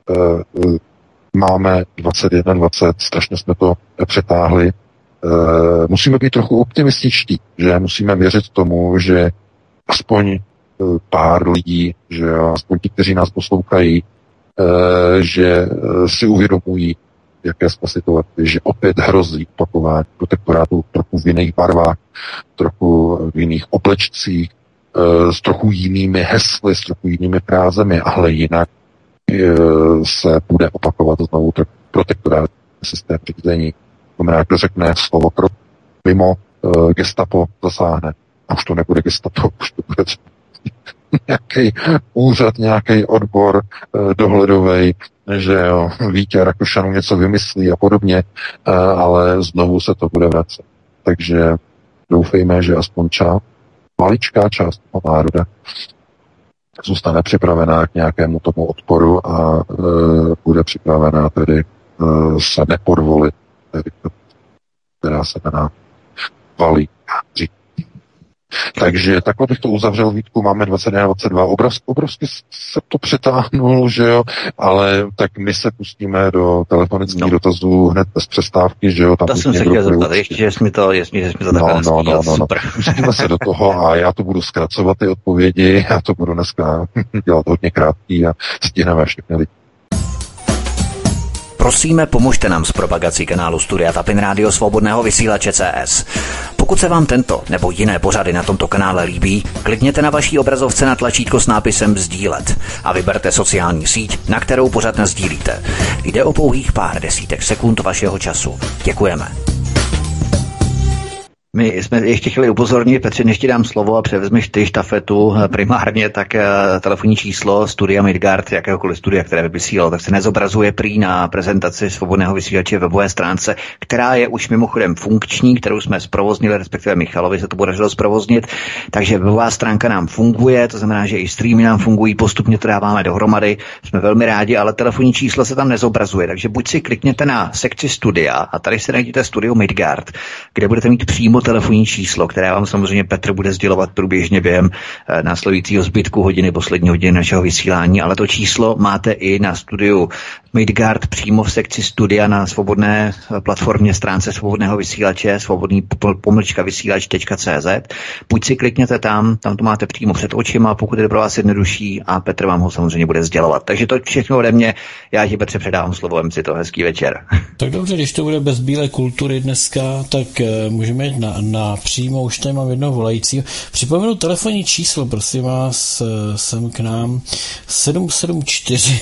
máme 21-20, strašně jsme to přetáhli. Musíme být trochu optimističtí, že musíme věřit tomu, že aspoň pár lidí, že aspoň ti, kteří nás poslouchají, že si uvědomují, jaké jsme situaci, že opět hrozí opakování protektorátu trochu v jiných barvách, trochu v jiných oblečcích, s trochu jinými hesly, s trochu jinými frázemi, ale jinak se bude opakovat znovu protektorátní systém řízení. Znamená, kdo řekne slovo krok mimo, gestapo zasáhne. A už to nebude gestapo, už to bude nějaký úřad, nějaký odbor dohledovej, že jo, Vítě Rakušanů něco vymyslí a podobně, ale znovu se to bude vracet. Takže doufejme, že aspoň maličká část toho národa zůstane připravená k nějakému tomu odporu a bude připravená tedy se nepodvolit, která se na nás valí. Takže takhle bych to uzavřel, Vítku, máme 21-22, obrovsky se to přetáhnul, že jo, ale tak my se pustíme do telefonických dotazů hned bez přestávky, že jo. Tam to jsem se chtěl zeptat, ještě jsi mi to takhle super. Pustíme se do toho a já to budu zkracovat ty odpovědi, já to budu dneska dělat hodně krátký a stihneme všechny lidi. Prosíme, pomožte nám s propagací kanálu Studia Tapin Rádio Svobodného vysílače CS. Pokud se vám tento nebo jiné pořady na tomto kanále líbí, klikněte na vaší obrazovce na tlačítko s nápisem sdílet a vyberte sociální síť, na kterou pořad nasdílíte. Jde o pouhých pár desítek sekund vašeho času. Děkujeme. My jsme ještě chtěli upozornit, Petře, než ti dám slovo a převezmeš ty štafetu primárně, tak telefonní číslo Studia Midgard, jakéhokoliv studia, které by vysílalo, tak se nezobrazuje prý na prezentaci Svobodného vysílače webové stránce, která je už mimochodem funkční, kterou jsme zprovoznili, respektive Michalovi se to podařilo zprovoznit, takže webová stránka nám funguje, to znamená, že i streamy nám fungují, postupně to dáváme dohromady, jsme velmi rádi, ale telefonní číslo se tam nezobrazuje, takže buď si klikněte na sekci studia a tady si najdete Studio Midgard, kde budete mít přímo telefonní číslo, které vám samozřejmě Petr bude sdělovat průběžně během následujícího zbytku poslední hodiny našeho vysílání, ale to číslo máte i na studiu Midgard přímo v sekci studia na svobodné platformě stránce Svobodného vysílače, svobodný-vysílač.cz. Buď si klikněte tam to máte přímo před očima, pokud je pro vás jednodušší a Petr vám ho samozřejmě bude sdělovat. Takže to všechno ode mě, já ti Petře předávám slovo, vem si to, hezký večer. Tak dobře, když to bude bez bílé kultury dneska, tak můžeme jít na přímo, už tady mám jednoho volajícího. Připomenu telefonní číslo, prosím vás, sem k nám 774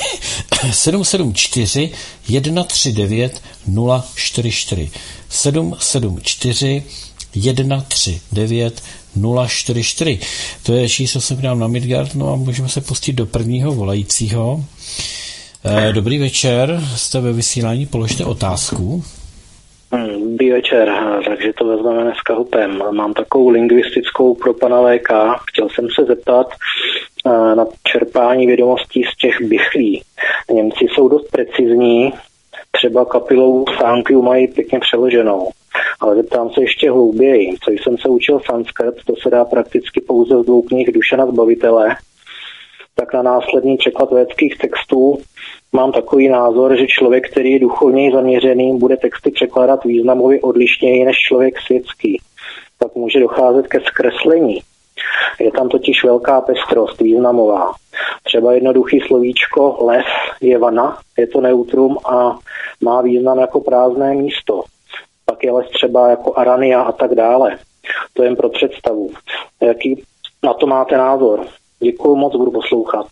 139 044 774 139 044. To je číslo sem k nám na Midgard, no a můžeme se pustit do prvního volajícího. Dobrý večer, jste ve vysílání, položte otázku. Dobrý večer, takže to vezmeme dneska hupem. Mám takovou lingvistickou pro pana VK. Chtěl jsem se zeptat na čerpání vědomostí z těch bichlí. Němci jsou dost precizní, třeba Kapilovu Sánkyu mají pěkně přeloženou. Ale zeptám se ještě hlouběji. Co jsem se učil sanskrt, to se dá prakticky pouze z 2 knih Dušana Zbavitele, tak na následný překlad védských textů mám takový názor, že člověk, který je duchovněji zaměřený, bude texty překládat významově odlišněji než člověk světský. Tak může docházet ke zkreslení. Je tam totiž velká pestrost významová. Třeba jednoduchý slovíčko les je vana, je to neutrum a má význam jako prázdné místo. Pak je les třeba jako arania a tak dále. To jen pro představu. Jaký na to máte názor? Děkuju moc, budu poslouchat.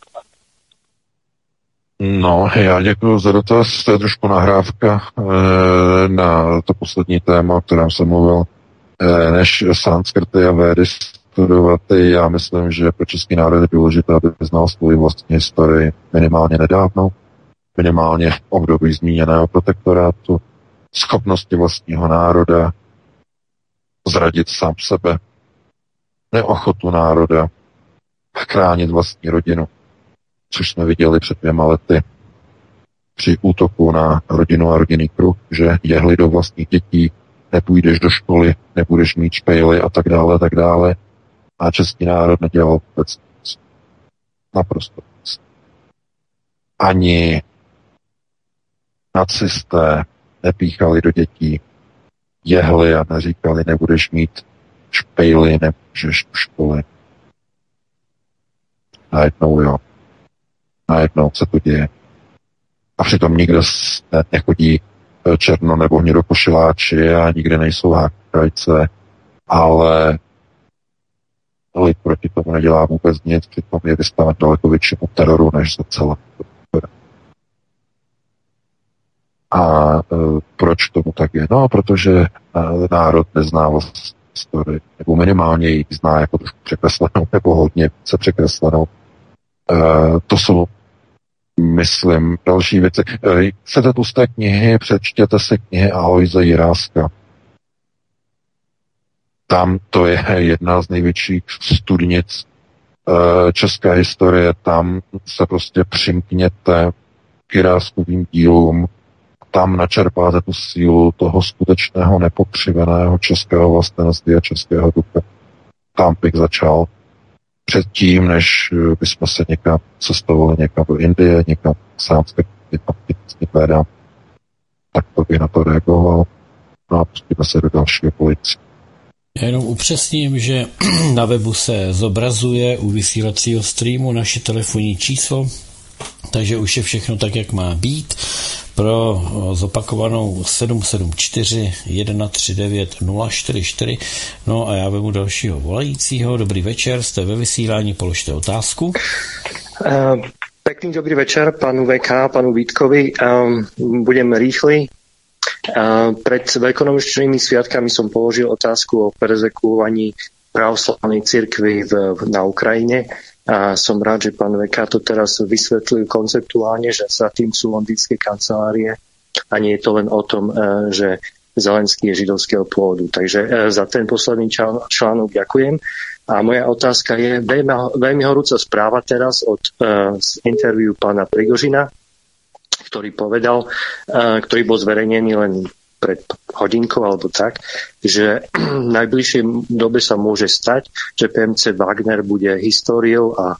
No, já děkuji za dotaz, to je trošku nahrávka na to poslední téma, o kterém jsem mluvil, než sanskrty a védy studovat. Já myslím, že pro český národ je důležité, aby znal svou vlastní historii minimálně nedávno, minimálně v období zmíněného protektorátu, schopnosti vlastního národa, zradit sám sebe, neochotu národa, chránit vlastní rodinu, což jsme viděli před 2 lety při útoku na rodinu a rodinný kruh, že jehli do vlastních dětí, nepůjdeš do školy, nebudeš mít špejly a tak dále, tak dále. A český národ nedělal vůbec nic. Naprosto nic. Ani nacisté nepíchali do dětí jehly a neříkali, nebudeš mít špejly, nemůžeš do školy. Najednou jo. Najednou se to děje. A přitom nikde nechodí černo nebo hnědokošiláči a nikde nejsou hákajce, ale lid proti tomu nedělá vůbec nic, přitom je vystaven daleko většímu teroru než za celé. Proč tomu tak je? No, protože národ nezná vlastní historii, nebo minimálně ji zná jako trošku překreslenou, nebo hodně se překreslenou. To jsou, myslím, další věci. Chcete tu z té knihy, přečtěte si knihy Aloise Jiráska. Tam to je jedna z největších studnic české historie. Tam se prostě přimkněte k Jiráskovým dílům, tam načerpáte tu sílu toho skutečného nepokřiveného českého vlastenství a českého ducha. Tam bych začal předtím, než bychom se někam cestovali, někam do Indie, někam sámské, někam Védám. Tak to bych na to reagoval. No a pustíme se do dalšího policie. Já jenom upřesním, že na webu se zobrazuje u vysílacího streamu naše telefonní číslo, takže už je všechno tak, jak má být. Pro zopakovanou 774 139 044. No a já vemu dalšího volajícího. Dobrý večer, jste ve vysílání, položte otázku. Pekný dobrý večer panu VK, panu Vítkovi. Budem rýchly. Pred veľkonočnými sviatkami som položil otázku o perzekúvaní pravoslavnej cirkvi na Ukrajine a som rád, že pán VK to teraz vysvetlil konceptuálne, že za tým sú londýnske kancelárie a nie je to len o tom, že Zelenský je židovského pôvodu. Takže za ten posledný článok ďakujem. A moja otázka je veľmi horúca správa teraz z interviu pána Prigožina, ktorý povedal, ktorý bol zverejnený len pred hodinkou alebo tak, že v najbližšej dobe sa môže stať, že PMC Wagner bude históriou a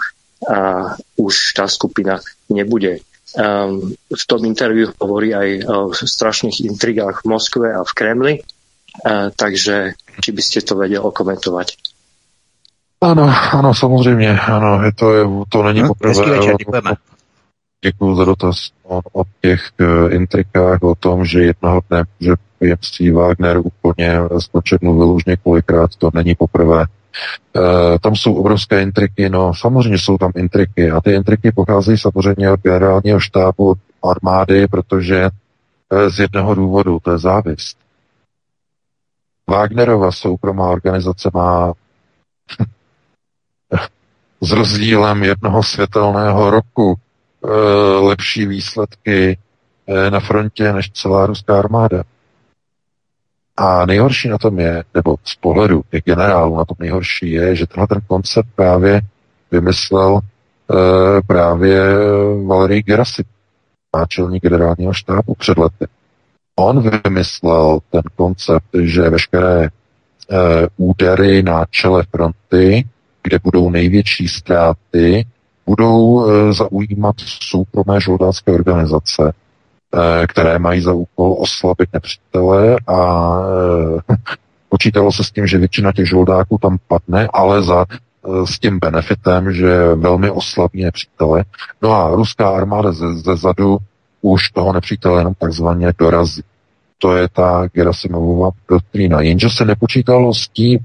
už tá skupina nebude. V tom interviu hovorí aj o strašných intrigách v Moskve a v Kremli, takže či by ste to vedeli okomentovať. Ano, samozřejmě, ano, to není poprvé. Děkuji za dotaz o těch intrikách, o tom, že jednoho dne může PMC Wagner úplně skočit, mluvil už několikrát, to není poprvé. Tam jsou obrovské intriky, no samozřejmě jsou tam intriky a ty intriky pocházejí samozřejmě od generálního štábu, od armády, protože z jednoho důvodu, to je závist. Wagnerova soukromá organizace má s rozdílem jednoho světelného roku lepší výsledky na frontě než celá ruská armáda. A nejhorší na tom je, nebo z pohledu těch generálů na tom nejhorší je, že tenhle ten koncept právě vymyslel právě Valerij Gerasimov, náčelník generálního štábu před lety. On vymyslel ten koncept, že veškeré údery na čele fronty, kde budou největší ztráty, budou zaujímat soukromé žoldácké organizace, které mají za úkol oslabit nepřítele a počítalo se s tím, že většina těch žoldáků tam padne, ale s tím benefitem, že velmi oslabí nepřítele. No a ruská armáda ze zadu už toho nepřítele jenom takzvaně dorazí. To je ta Gerasimovova doktrína. Jenže se nepočítalo s tím,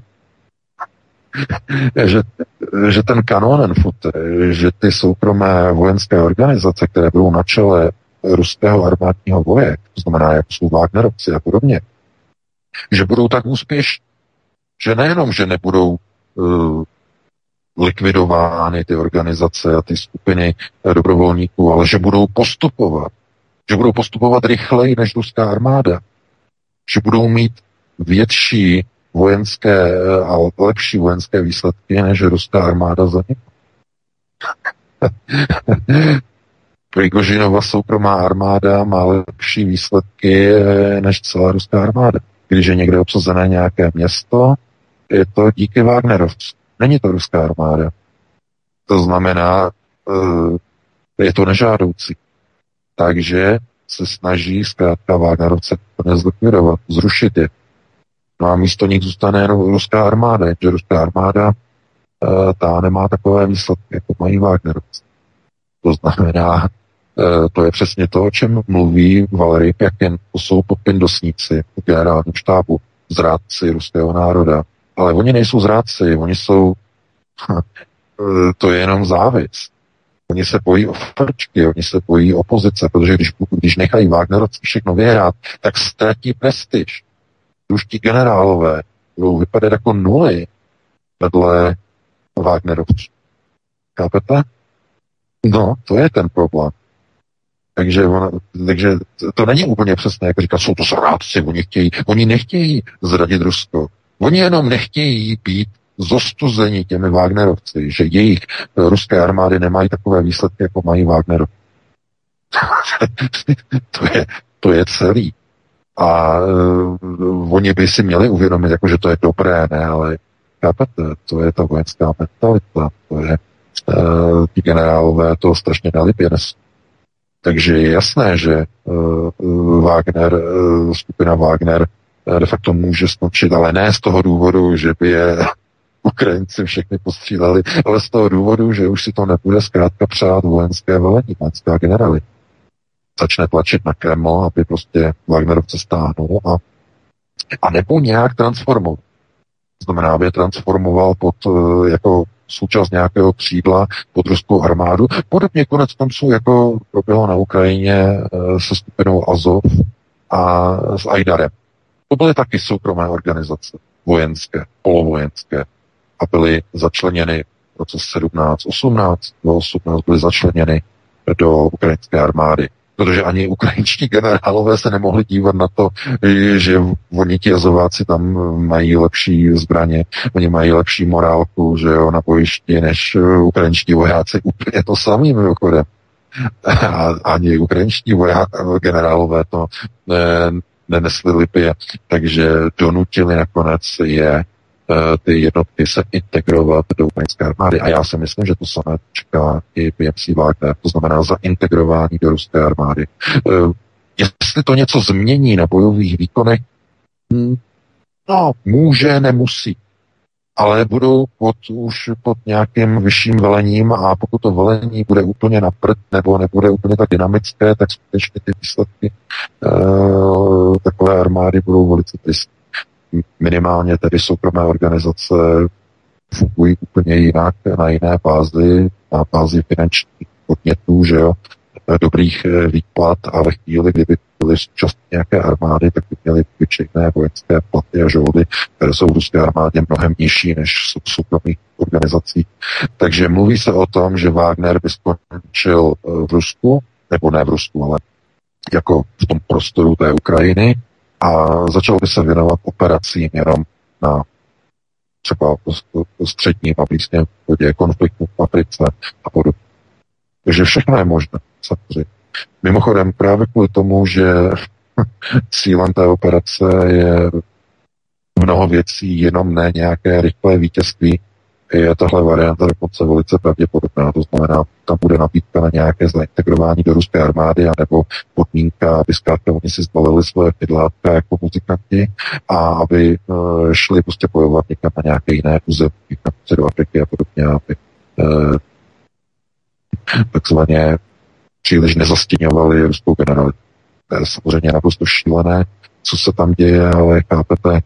že ten Kanonenfut, že ty soukromé vojenské organizace, které budou na čele ruského armádního boje, to znamená, jak jsou Wagnerovci a podobně, že budou tak úspěšní, že nejenom, že nebudou likvidovány ty organizace a ty skupiny dobrovolníků, ale že budou postupovat rychleji než ruská armáda, že budou mít větší vojenské a lepší vojenské výsledky než ruská armáda za ně. Prigožinova soukromá armáda má lepší výsledky než celá ruská armáda. Když je někde obsazené nějaké město, je to díky Wagnerovcům. Není to ruská armáda. To znamená, je to nežádoucí. Takže se snaží zkrátka Wagnerovce zlikvidovat, zrušit je. No a místo nich zůstane jenom ruská armáda, že ruská armáda ta nemá takové výsledky, jako mají Wagnerovci. To znamená, to je přesně to, o čem mluví Valerij Pjakin. To jsou podpindosníci v generálním štábu, zrádci ruského národa. Ale oni nejsou zrádci, oni jsou, to je jenom závist. Oni se bojí o frčky, oni se bojí opozice, protože když nechají Wagnerovci všechno vyhrát, tak ztratí prestiž. Ruští generálové budou vypadat jako nuly vedle Wagnerovců. Chápete? No, to je ten problém. Takže to není úplně přesné, jak říkat, jsou to zrádci, oni nechtějí zradit Rusko. Oni jenom nechtějí být zostuzeni těmi Wagnerovci, že jejich ruské armády nemají takové výsledky, jako mají Wagnerovci. to je celý. A oni by si měli uvědomit, jako, že to je dobré, ne, ale chápete, to je ta vojenská mentalita, to je ti generálové to strašně nelibě nesou. Takže je jasné, že skupina Wagner de facto může skončit, ale ne z toho důvodu, že by je Ukrajinci všechny postříleli, ale z toho důvodu, že už si to nebude zkrátka přát vojenské velení, vojenská generály. Začne tlačit na Kreml, aby prostě Wagnerovce stáhnul a nebo nějak transformoval. To znamená, aby je transformoval pod jako součást nějakého křídla pod ruskou armádu. Podobně konec konců, jako proběhlo na Ukrajině se skupinou Azov a s Ajdarem. To byly taky soukromé organizace, vojenské, polovojenské, a byly začleněny v roce 18 byly začleněny do ukrajinské armády. Protože ani ukrajinští generálové se nemohli dívat na to, že oni ti Azováci tam mají lepší zbraně, oni mají lepší morálku, že jo, na bojišti, než ukrajinští vojáci. Úplně to samý mimochodem. A ani ukrajinští generálové to nenesli lipě, takže donutili nakonec ty jednotky se integrovat do ukrajinské armády. A já si myslím, že to samé čeká i PMC Wagner, to znamená zaintegrování do ruské armády. Jestli to něco změní na bojových výkonech, no, může, nemusí. Ale budou už pod nějakým vyšším velením a pokud to velení bude úplně na prd nebo nebude úplně tak dynamické, tak skutečně ty výsledky takové armády budou velice tristní. Minimálně tedy soukromé organizace fungují úplně jinak, na jiné bázi, na bázi finančních podnětů, že jo, dobrých výplat, a ve chvíli, kdyby byly součástí nějaké armády, tak by měly vyčejné vojenské platy a žoldy, které jsou v ruské armádě mnohem nižší než v soukromých organizacích. Takže mluví se o tom, že Wagner by skončil v Rusku, nebo ne v Rusku, ale jako v tom prostoru té Ukrajiny, a začal by se věnovat operacím jenom na třeba středním a blízkém východě, konfliktu v Africe a podobně. Takže všechno je možné, samozřejmě. Mimochodem právě kvůli tomu, že cílem té operace je mnoho věcí, jenom ne nějaké rychlé vítězství, je tahle varianta dokonce velice pravděpodobná. To znamená, tam bude nabídka na nějaké zaintegrování do ruské armády, anebo podmínka, aby zkrátka oni si zbalili svoje pidlátka jako muzikanti a aby šli prostě bojovat někam na nějaké jiné území, někam do Afriky a podobně, aby takzvaně příliš nezastěňovali ruskou generalitu. To je samozřejmě naprosto šílené, co se tam děje, ale chápete,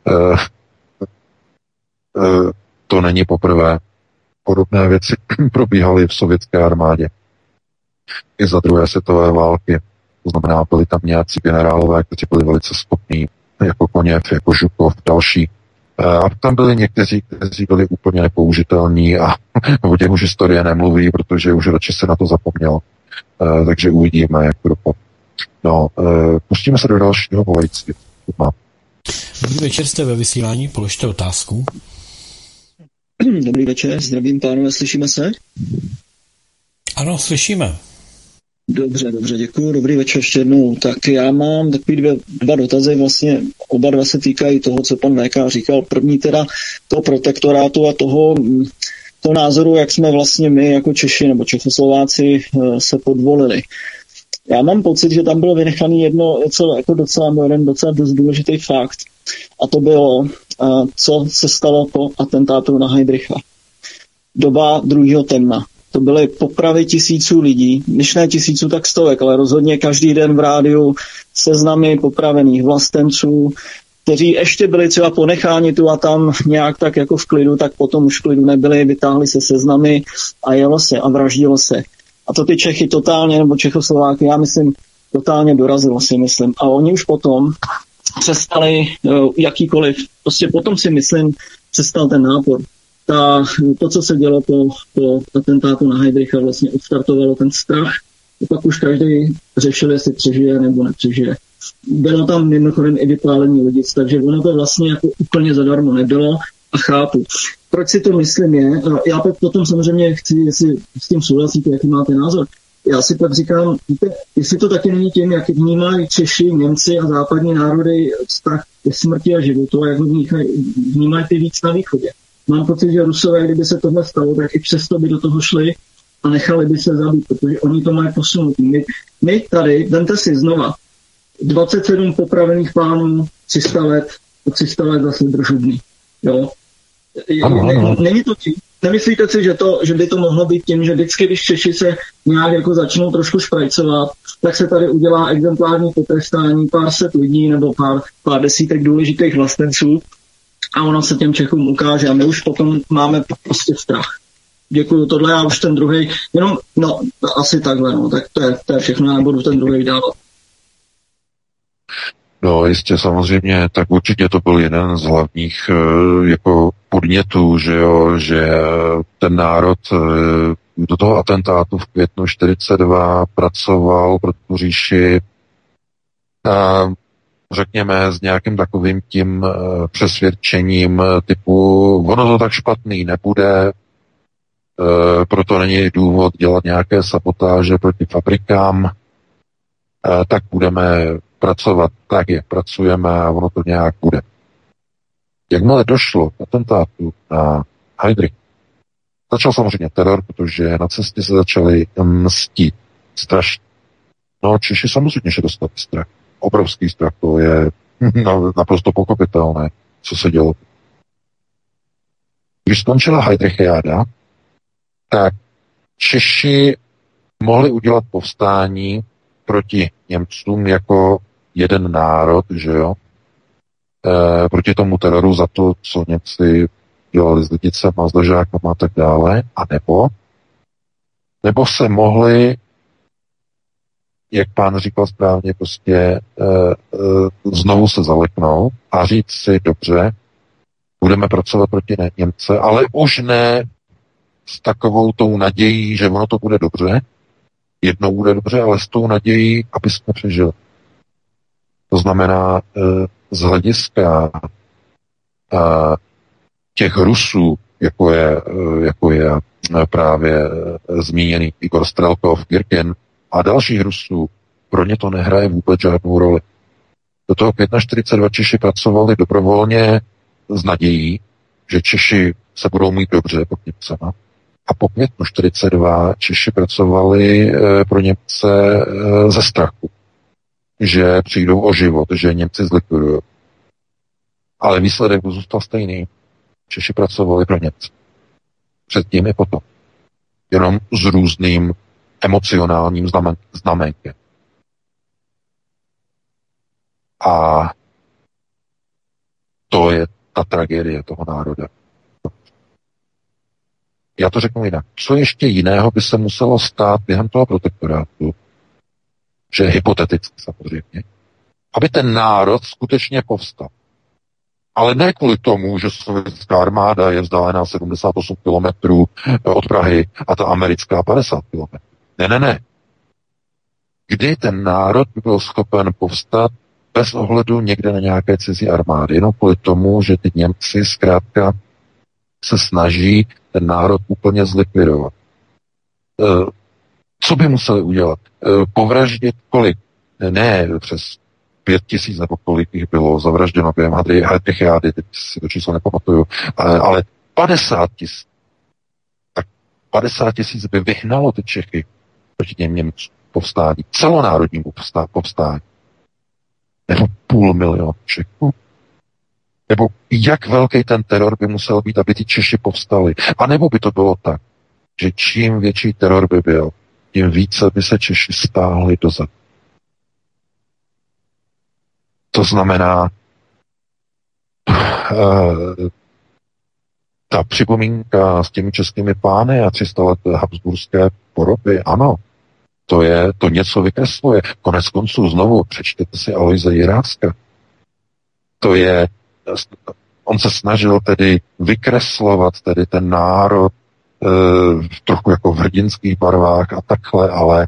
to není poprvé. Podobné věci probíhaly v sovětské armádě i za druhé světové války. To znamená, byli tam nějací generálové, kteří byli velice schopní, jako Koněv, jako Žukov, další. A tam byli někteří, kteří byli úplně nepoužitelní a o těch už historie nemluví, protože už radši se na to zapomnělo. Takže uvidíme, jak to dopadne. No, pustíme se do dalšího volající. Dobrý večer, jste ve vysílání, položte otázku. Dobrý večer, zdravím pánové, slyšíme se? Ano, slyšíme. Dobře, děkuju, dobrý večer ještě jednou. Tak já mám takový dva dotazy, vlastně oba dva se týkají toho, co pan VK říkal. První teda toho protektorátu a toho názoru, jak jsme vlastně my jako Češi nebo Čechoslováci se podvolili. Já mám pocit, že tam byl vynechaný jeden docela dost důležitý fakt. A to bylo, co se stalo po atentátu na Heydricha. Doba druhého temna. To byly popravy tisíců lidí, když ne tisíců, tak stovek, ale rozhodně každý den v rádiu seznamy popravených vlastenců, kteří ještě byli třeba ponecháni tu a tam nějak tak jako v klidu, tak potom už v klidu nebyli, vytáhli se seznamy a jelo se a vraždilo se. A to ty Čechy totálně, nebo Čechoslováky, já myslím, totálně dorazilo, si myslím. A oni už potom přestali jakýkoliv, prostě potom si myslím, přestal ten nápor. To, co se dělo po atentátu na Heydricha, vlastně odstartovalo ten strach. A pak už každý řešil, jestli přežije nebo nepřežije. Bylo tam mimochodem i vypálení lidic, takže ono to vlastně jako úplně zadarmo nebylo a chápu. Proč si to myslím je, já pak potom samozřejmě chci, jestli s tím souhlasíte, jaký máte názor. Já si pak říkám, víte, jestli to taky není tím, jak vnímají Češi, Němci a západní národy vztah ke smrti a životu a jak vnímají ty víc na východě. Mám pocit, že Rusové, kdyby se tohle stalo, tak i přesto by do toho šli a nechali by se zabít, protože oni to mají posunutý. My tady, vemte si znova, 27 popravených pánů, 300 let zase držubný. Jo? Není to tím. Nemyslíte si, že by to mohlo být tím, že vždycky, když Češi se nějak jako začnou trošku šprajcovat, tak se tady udělá exemplární potrestání pár set lidí nebo pár desítek důležitých vlastenců a ono se těm Čechům ukáže a my už potom máme prostě strach. Děkuju, tohle já už ten druhej, jenom, asi takhle, tak to je všechno, já nebudu ten druhej dávat. No jistě, samozřejmě, tak určitě to byl jeden z hlavních jako podnětů, že ten národ do toho atentátu v květnu 42 pracoval pro tu říši, řekněme, s nějakým takovým tím přesvědčením typu, ono to tak špatný nebude, proto není důvod dělat nějaké sabotáže proti fabrikám, tak budeme pracovat tak, jak pracujeme a ono to nějak bude. Jakmile došlo k atentátu na Heydrich, začal samozřejmě teror, protože nacisti se začali mstít strašně. No, Češi samozřejmě, že dostali strach. Obrovský strach, to je naprosto pochopitelné, co se dělo. Když skončila Heydrichiáda, tak Češi mohli udělat povstání proti Němcům jako jeden národ, že jo, proti tomu teroru za to, co Němci dělali s Lidicema, s Dvořákama a tak dále, a nebo se mohli, jak pán říkal správně, prostě znovu se zaleknout a říct si, dobře, budeme pracovat proti Němce, ale už ne s takovou tou nadějí, že ono to bude dobře, jednou bude dobře, ale s tou nadějí, aby jsme přežili. To znamená, z hlediska těch Rusů, jako je právě zmíněný Igor Strelkov, Girkin a dalších Rusů, pro ně to nehraje vůbec žádnou roli. Do toho května 42 Češi pracovali dobrovolně s nadějí, že Češi se budou mít dobře pod Němcema. A po květnu 42 Češi pracovali pro Němce ze strachu, že přijdou o život, že Němci zlikvidují. Ale výsledek zůstal stejný. Češi pracovali pro Němce. Předtím i potom. Jenom s různým emocionálním znamenkem. A to je ta tragédie toho národa. Já to řeknu jinak. Co ještě jiného by se muselo stát během toho protektorátu, že hypoteticky samozřejmě, aby ten národ skutečně povstal. Ale ne kvůli tomu, že sovětská armáda je vzdálená 78 kilometrů od Prahy a ta americká 50 kilometrů. Ne. Kdy ten národ by byl schopen povstat bez ohledu někde na nějaké cizí armády, jenom kvůli tomu, že ty Němci zkrátka se snaží ten národ úplně zlikvidovat. Co by museli udělat? Povraždit kolik? Ne, přes 5 000 nebo kolik jich bylo zavražděno během Heydrichiády, teď si to číslo nepamatuju, ale 50 000. Tak 50 000 by vyhnalo ty Čechy proti těm Němcům povstání, celonárodnímu povstání. Nebo 500 000 Čechů. Nebo jak velký ten teror by musel být, aby ty Češi povstali. A nebo by to bylo tak, že čím větší teror by byl, tím více by se Češi stáhli dozadu. To znamená, ta připomínka s těmi českými pány a 300 let habsburské poroby, ano, to něco vykresluje. Konec konců znovu přečtěte si Alojze Jirácka. On se snažil tedy vykreslovat tedy ten národ trochu jako v hrdinských barvách a takhle, ale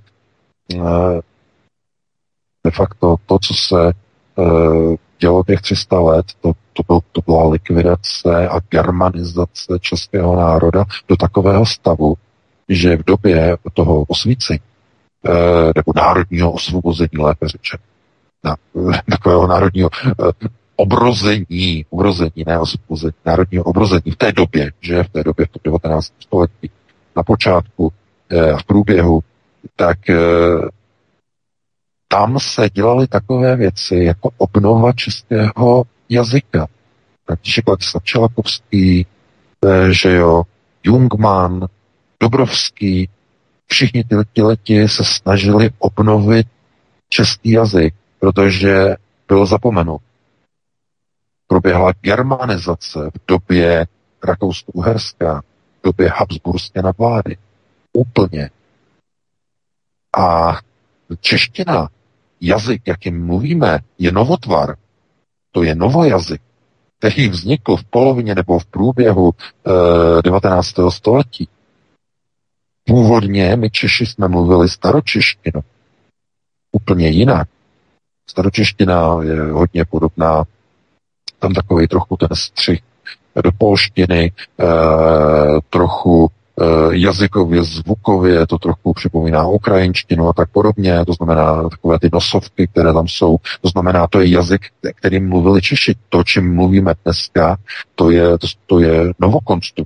de facto to, co se dělo těch 300 let, to byla likvidace a germanizace českého národa do takového stavu, že v době toho osvícení nebo národního osvobození, lépe řečeno, takového národního obrození, ne osvobození, národního obrození v té době, v tom 19. století, na počátku a v průběhu, tak tam se dělaly takové věci jako obnova českého jazyka. František Ladislav Čelakovský, Jungmann, Dobrovský, všichni leti se snažili obnovit český jazyk, protože byl zapomenut. Proběhla germanizace v době Rakousko-Uherská, v době habsburské nadvlády. Úplně. A čeština, jazyk, jakým mluvíme, je novotvar. To je novojazyk, který vznikl v polovině nebo v průběhu 19. století. Původně my Češi jsme mluvili staročeštinu. Úplně jinak. Staročeština je hodně podobná, tam takový trochu ten střih do polštiny, trochu jazykově, zvukově, to trochu připomíná ukrajinštinu a tak podobně, to znamená takové ty nosovky, které tam jsou, to znamená, to je jazyk, kterým mluvili Češi. To, čím mluvíme dneska, to je novokonstrukt,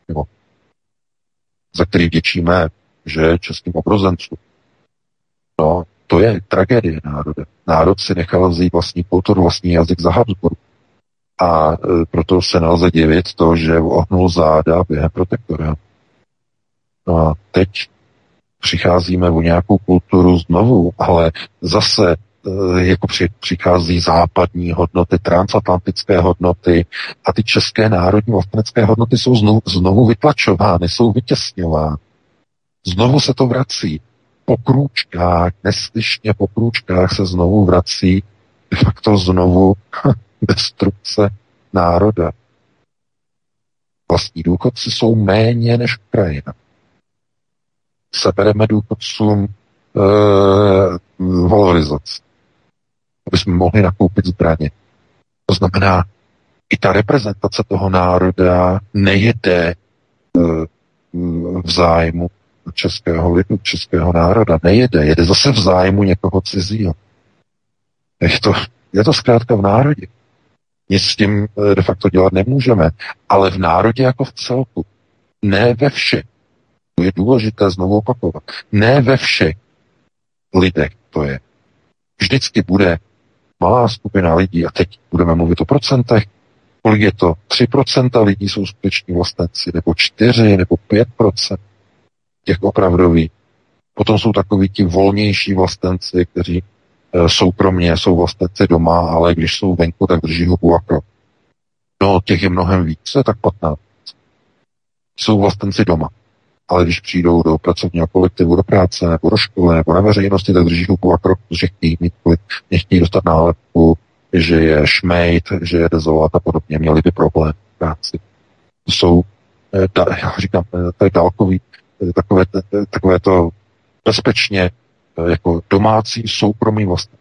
za který vděčíme, že českým obrozencům. No, to je tragédie národa. Národ si nechal vzít vlastní kulturu, vlastní jazyk za Habsburg. A proto se nelze divit to, že ohnul záda během protektorátu. No a teď přicházíme o nějakou kulturu znovu, ale zase jako přichází západní hodnoty, transatlantické hodnoty a ty české národní vlastenecké hodnoty jsou znovu vytlačovány, jsou vytěsňovány. Znovu se to vrací. Po krůčkách, neslyšně po krůčkách se znovu vrací de facto znovu destrukce národa. Vlastní důchodci jsou méně než Ukrajina. Sebereme důchodcům valorizaci, aby jsme mohli nakoupit zbraně. To znamená, i ta reprezentace toho národa nejede v zájmu českého lidu, českého národa. Jede zase v zájmu někoho cizího. Je to zkrátka v národě. Nic s tím de facto dělat nemůžeme, ale v národě jako v celku. Ne ve všech. To je důležité znovu opakovat. Ne ve všech lidech to je. Vždycky bude malá skupina lidí, a teď budeme mluvit o procentech, kolik je to? 3% lidí jsou skuteční vlastenci, nebo 4, nebo 5% těch opravdových. Potom jsou takoví ti volnější vlastenci, kteří soukromně jsou vlastenci doma, ale když jsou venku, tak drží hubu a krok. No, těch je mnohem více, tak 15. Jsou vlastenci doma. Ale když přijdou do pracovního kolektivu, do práce, nebo do školy, nebo na veřejnosti, tak drží hubu a krok, protože chtějí mít klid, nechtějí dostat nálepku, že je šmejt, že je dezolat a podobně. Měli by problém v práci. To jsou, já říkám, to je dálkový, takové to bezpečně jako domácí soukromý vlastně.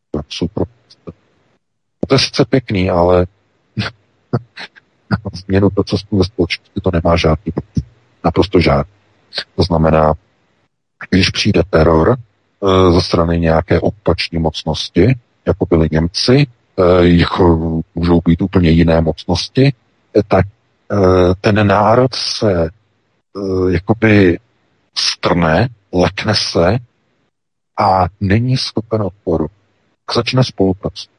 To je sice pěkný, ale změnu procesu ve společnosti to nemá žádný, naprosto žádný. To znamená, když přijde teror ze strany nějaké okupační mocnosti, jako byli Němci, jako můžou být úplně jiné mocnosti, tak ten národ se jakoby strne, lekne se a není schopen odporu. A začne spolupracovat.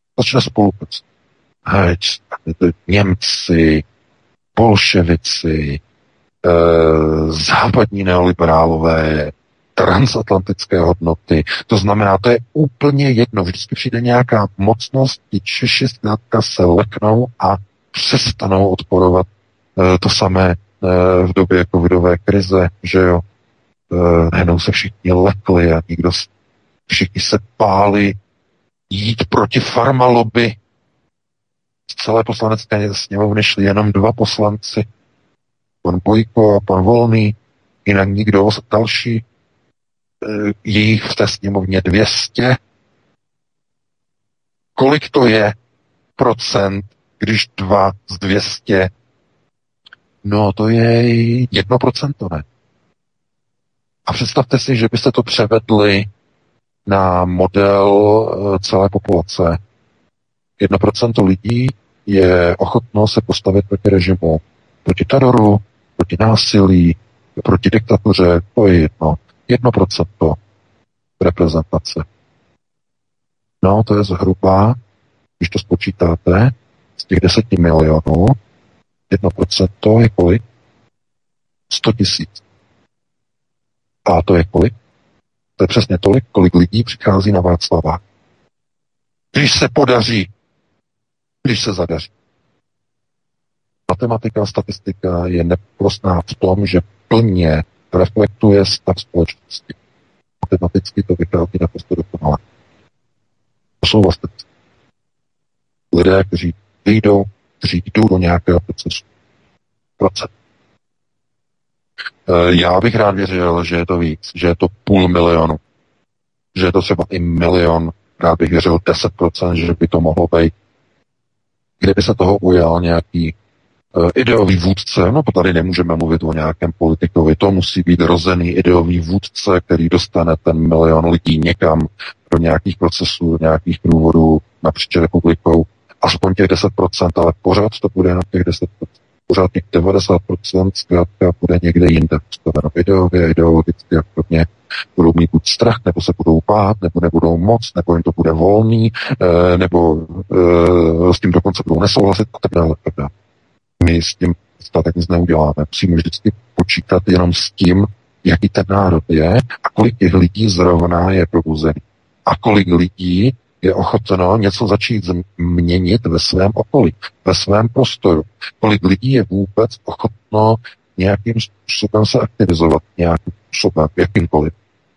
Němci, bolševici, západní neoliberálové, transatlantické hodnoty. To znamená, to je úplně jedno. Vždycky přijde nějaká mocnost, ti Češi zkrátka se leknou a přestanou odporovat. To samé v době covidové krize, že jo. Najednou se všichni lekli a všichni se páli jít proti farmalobby. Z celé poslanecké sněmovny šli jenom 2 poslanci. Pan Bojko a pan Volný, jinak nikdo další. Je jich v té sněmovně 200. Kolik to je procent, když 2 z 200? No, to je 1%, ne? A představte si, že byste to převedli na model celé populace. 1% lidí je ochotno se postavit proti režimu, proti teroru, proti násilí, proti diktatuře, to je jedno. 1% reprezentace. No, to je zhruba, když to spočítáte, z těch 10 milionů, 1% je kolik? 100 000. A to je kolik? To je přesně tolik, kolik lidí přichází na Václavák. Když se podaří, když se zadaří. Matematika a statistika je neprostná v tom, že plně reflektuje stav společnosti. Matematicky to vychází naprosto dokonale. To jsou vlastně lidé, kteří jdou do nějakého procesu. Já bych rád věřil, že je to víc, že je to 500 000, že je to třeba i 1 000 000, rád bych věřil 10%, že by to mohlo být. Kdyby se toho ujal nějaký ideový vůdce, no tady nemůžeme mluvit o nějakém politikovi, to musí být rozený ideový vůdce, který dostane ten 1 000 000 lidí někam do nějakých procesů, do nějakých průvodů napříč republikou, aspoň těch 10%, ale pořád to bude na těch 10%. Pořád těch 90% zkrátka bude někde jinde postaveno ideově, ideologicky a podobně. Budou mít buď strach, nebo se budou bát, nebo nebudou moc, nebo jim to bude volný, nebo s tím dokonce budou nesouhlasit a tak dále. My s tím tak nic neuděláme. Musíme vždycky počítat jenom s tím, jaký ten národ je a kolik těch lidí zrovna je probuzený. A kolik lidí je ochotno něco začít změnit ve svém okolí, ve svém prostoru. Kolik lidí je vůbec ochotno nějakým způsobem se aktivizovat, nějakým způsobem, jakýmkoliv.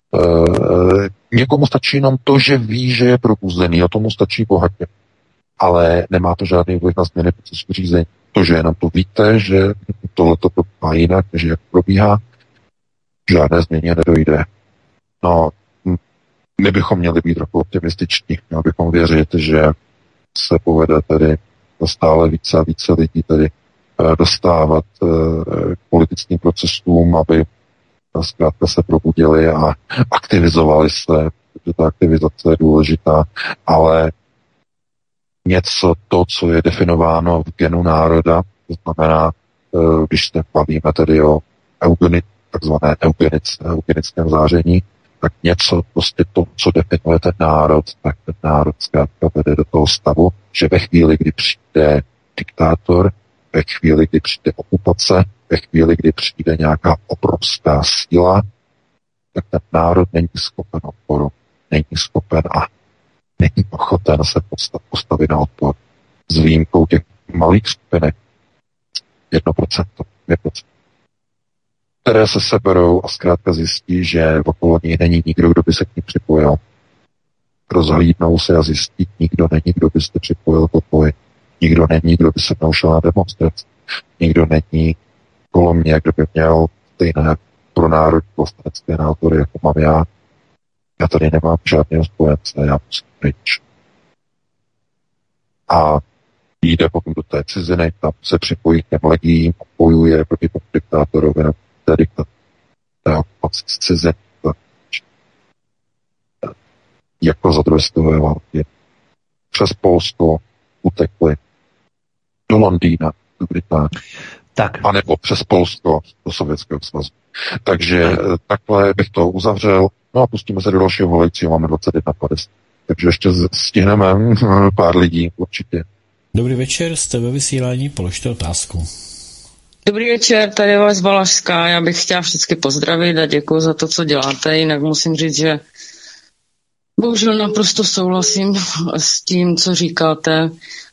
Někomu stačí jenom to, že ví, že je probuzený, a tomu stačí bohatě. Ale nemá to žádný vliv na změny procesu řízení. To, že jenom to víte, že tohleto probíhá jinak, že jak probíhá, žádné změně nedojde. No, my bychom měli být trochu optimističní, měli bychom věřit, že se povede tedy stále více a více lidí tedy dostávat k politickým procesům, aby zkrátka se probudili a aktivizovali se, protože ta aktivizace je důležitá, ale něco to, co je definováno v genu národa, to znamená, když se bavíme tedy o takzvané eugenickém záření, tak něco, prostě to, co definuje ten národ, tak ten národ zkrátka vede do toho stavu, že ve chvíli, kdy přijde diktátor, ve chvíli, kdy přijde okupace, ve chvíli, kdy přijde nějaká obrovská síla, tak ten národ není schopen odporu, není schopen a není ochoten se postavit na odpor. S výjimkou těch malých skupinek 1%, 2%, které se seberou a zkrátka zjistí, že okolo ní není nikdo, kdo by se k ní připojil. Rozhlídnou se a zjistí, nikdo není, kdo by se připojil k odpoji. Nikdo není, kdo by se mnou šel na demonstraci. Nikdo není kolo mě, kdo by měl stejné pro národní povstanecké názory, jako mám já. Já tady nemám žádného spojence, já musím pryč. A jde potom do té ciziny, tam se připojí k těm legiím, bojuje proti tomu diktátorovi, té okupaci z ciziny. Jako za druhé světové války. Přes Polsko utekli do Londýna, do Británie. Tak. A nebo přes Polsko do Sovětského svazu. Takže takhle bych to uzavřel. No a pustíme se do dalšího volajícího, máme 21:50. Takže ještě stihneme pár lidí určitě. Dobrý večer, jste ve vysílání, položte otázku. Dobrý večer, tady je vás Valašská. Já bych chtěla všechny pozdravit a děkuji za to, co děláte. Jinak musím říct, že bohužel naprosto souhlasím s tím, co říkáte.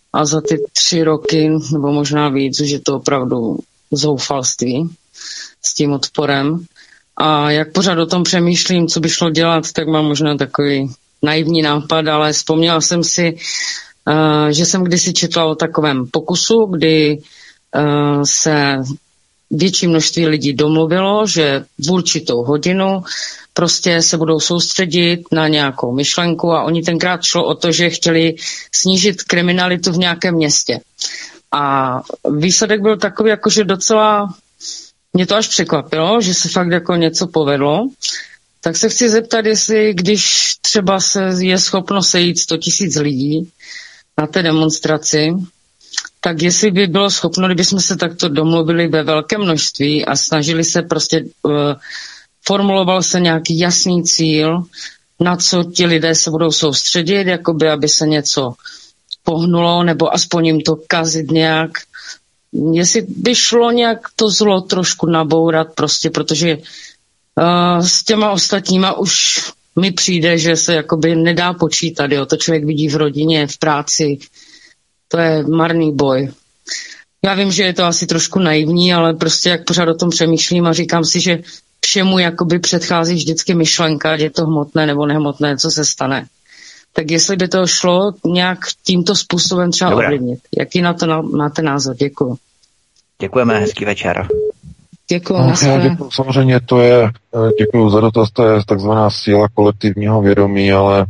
a za ty 3 roky, nebo možná víc, už je to opravdu zoufalství s tím odporem. A jak pořád o tom přemýšlím, co by šlo dělat, tak mám možná takový naivní nápad, ale vzpomněla jsem si, že jsem kdysi četla o takovém pokusu, kdy se větší množství lidí domluvilo, že v určitou hodinu prostě se budou soustředit na nějakou myšlenku a oni tenkrát šlo o to, že chtěli snížit kriminalitu v nějakém městě. A výsledek byl takový, jakože docela mě to až překvapilo, že se fakt jako něco povedlo. Tak se chci zeptat, jestli když třeba je schopno sejít 100 000 lidí na té demonstraci, tak jestli by bylo schopno, kdybychom se takto domluvili ve velkém množství a snažili se prostě, formuloval se nějaký jasný cíl, na co ti lidé se budou soustředit, jakoby aby se něco pohnulo, nebo aspoň jim to kazit nějak. Jestli by šlo nějak to zlo trošku nabourat prostě, protože s těma ostatníma už mi přijde, že se jakoby nedá počítat, jo. To člověk vidí v rodině, v práci, to je marný boj. Já vím, že je to asi trošku naivní, ale prostě jak pořád o tom přemýšlím a říkám si, že všemu jakoby předchází vždycky myšlenka, je to hmotné nebo nehmotné, co se stane. Tak jestli by to šlo nějak tímto způsobem třeba ovlivnit. Jaký na to máte názor? Děkuju. Děkujeme, hezký večer. Děkuju. Děkuju, samozřejmě děkuju za dotaz, to je takzvaná síla kolektivního vědomí, ale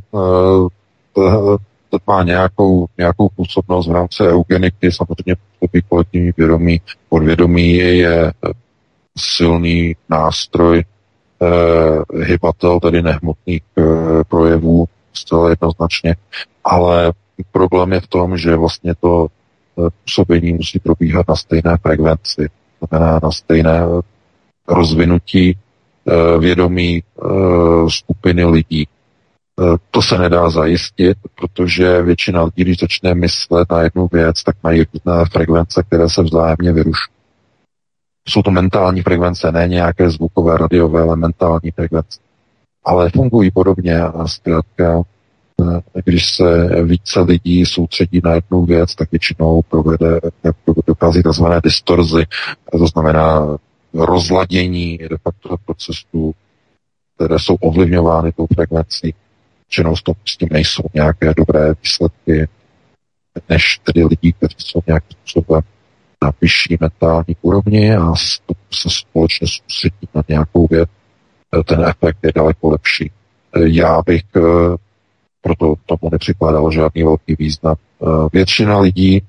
to má nějakou působnost v rámci eugeniky, samozřejmě působí kolektivní vědomí. Podvědomí je silný nástroj, hybatel, tedy nehmotných projevů, zcela jednoznačně, ale problém je v tom, že vlastně to působení musí probíhat na stejné frekvenci, znamená na stejné rozvinutí vědomí skupiny lidí. To se nedá zajistit, protože většina lidí, když začne myslet na jednu věc, tak mají různé frekvence, které se vzájemně vyrušují. Jsou to mentální frekvence, ne nějaké zvukové, radiové, ale mentální frekvence. Ale fungují podobně a zkrátka, když se více lidí soustředí na jednu věc, tak většinou dochází tzv. Distorzi, to znamená rozladění de facto procesů, které jsou ovlivňovány tou frekvencí. Většinou s tím nejsou nějaké dobré výsledky, než tedy lidí, kteří jsou nějakým způsobem na vyšší mentální úrovni a se společně soustředí na nějakou věc. Ten efekt je daleko lepší. Já bych proto tomu nepřikládal žádný velký význam. Většina lidí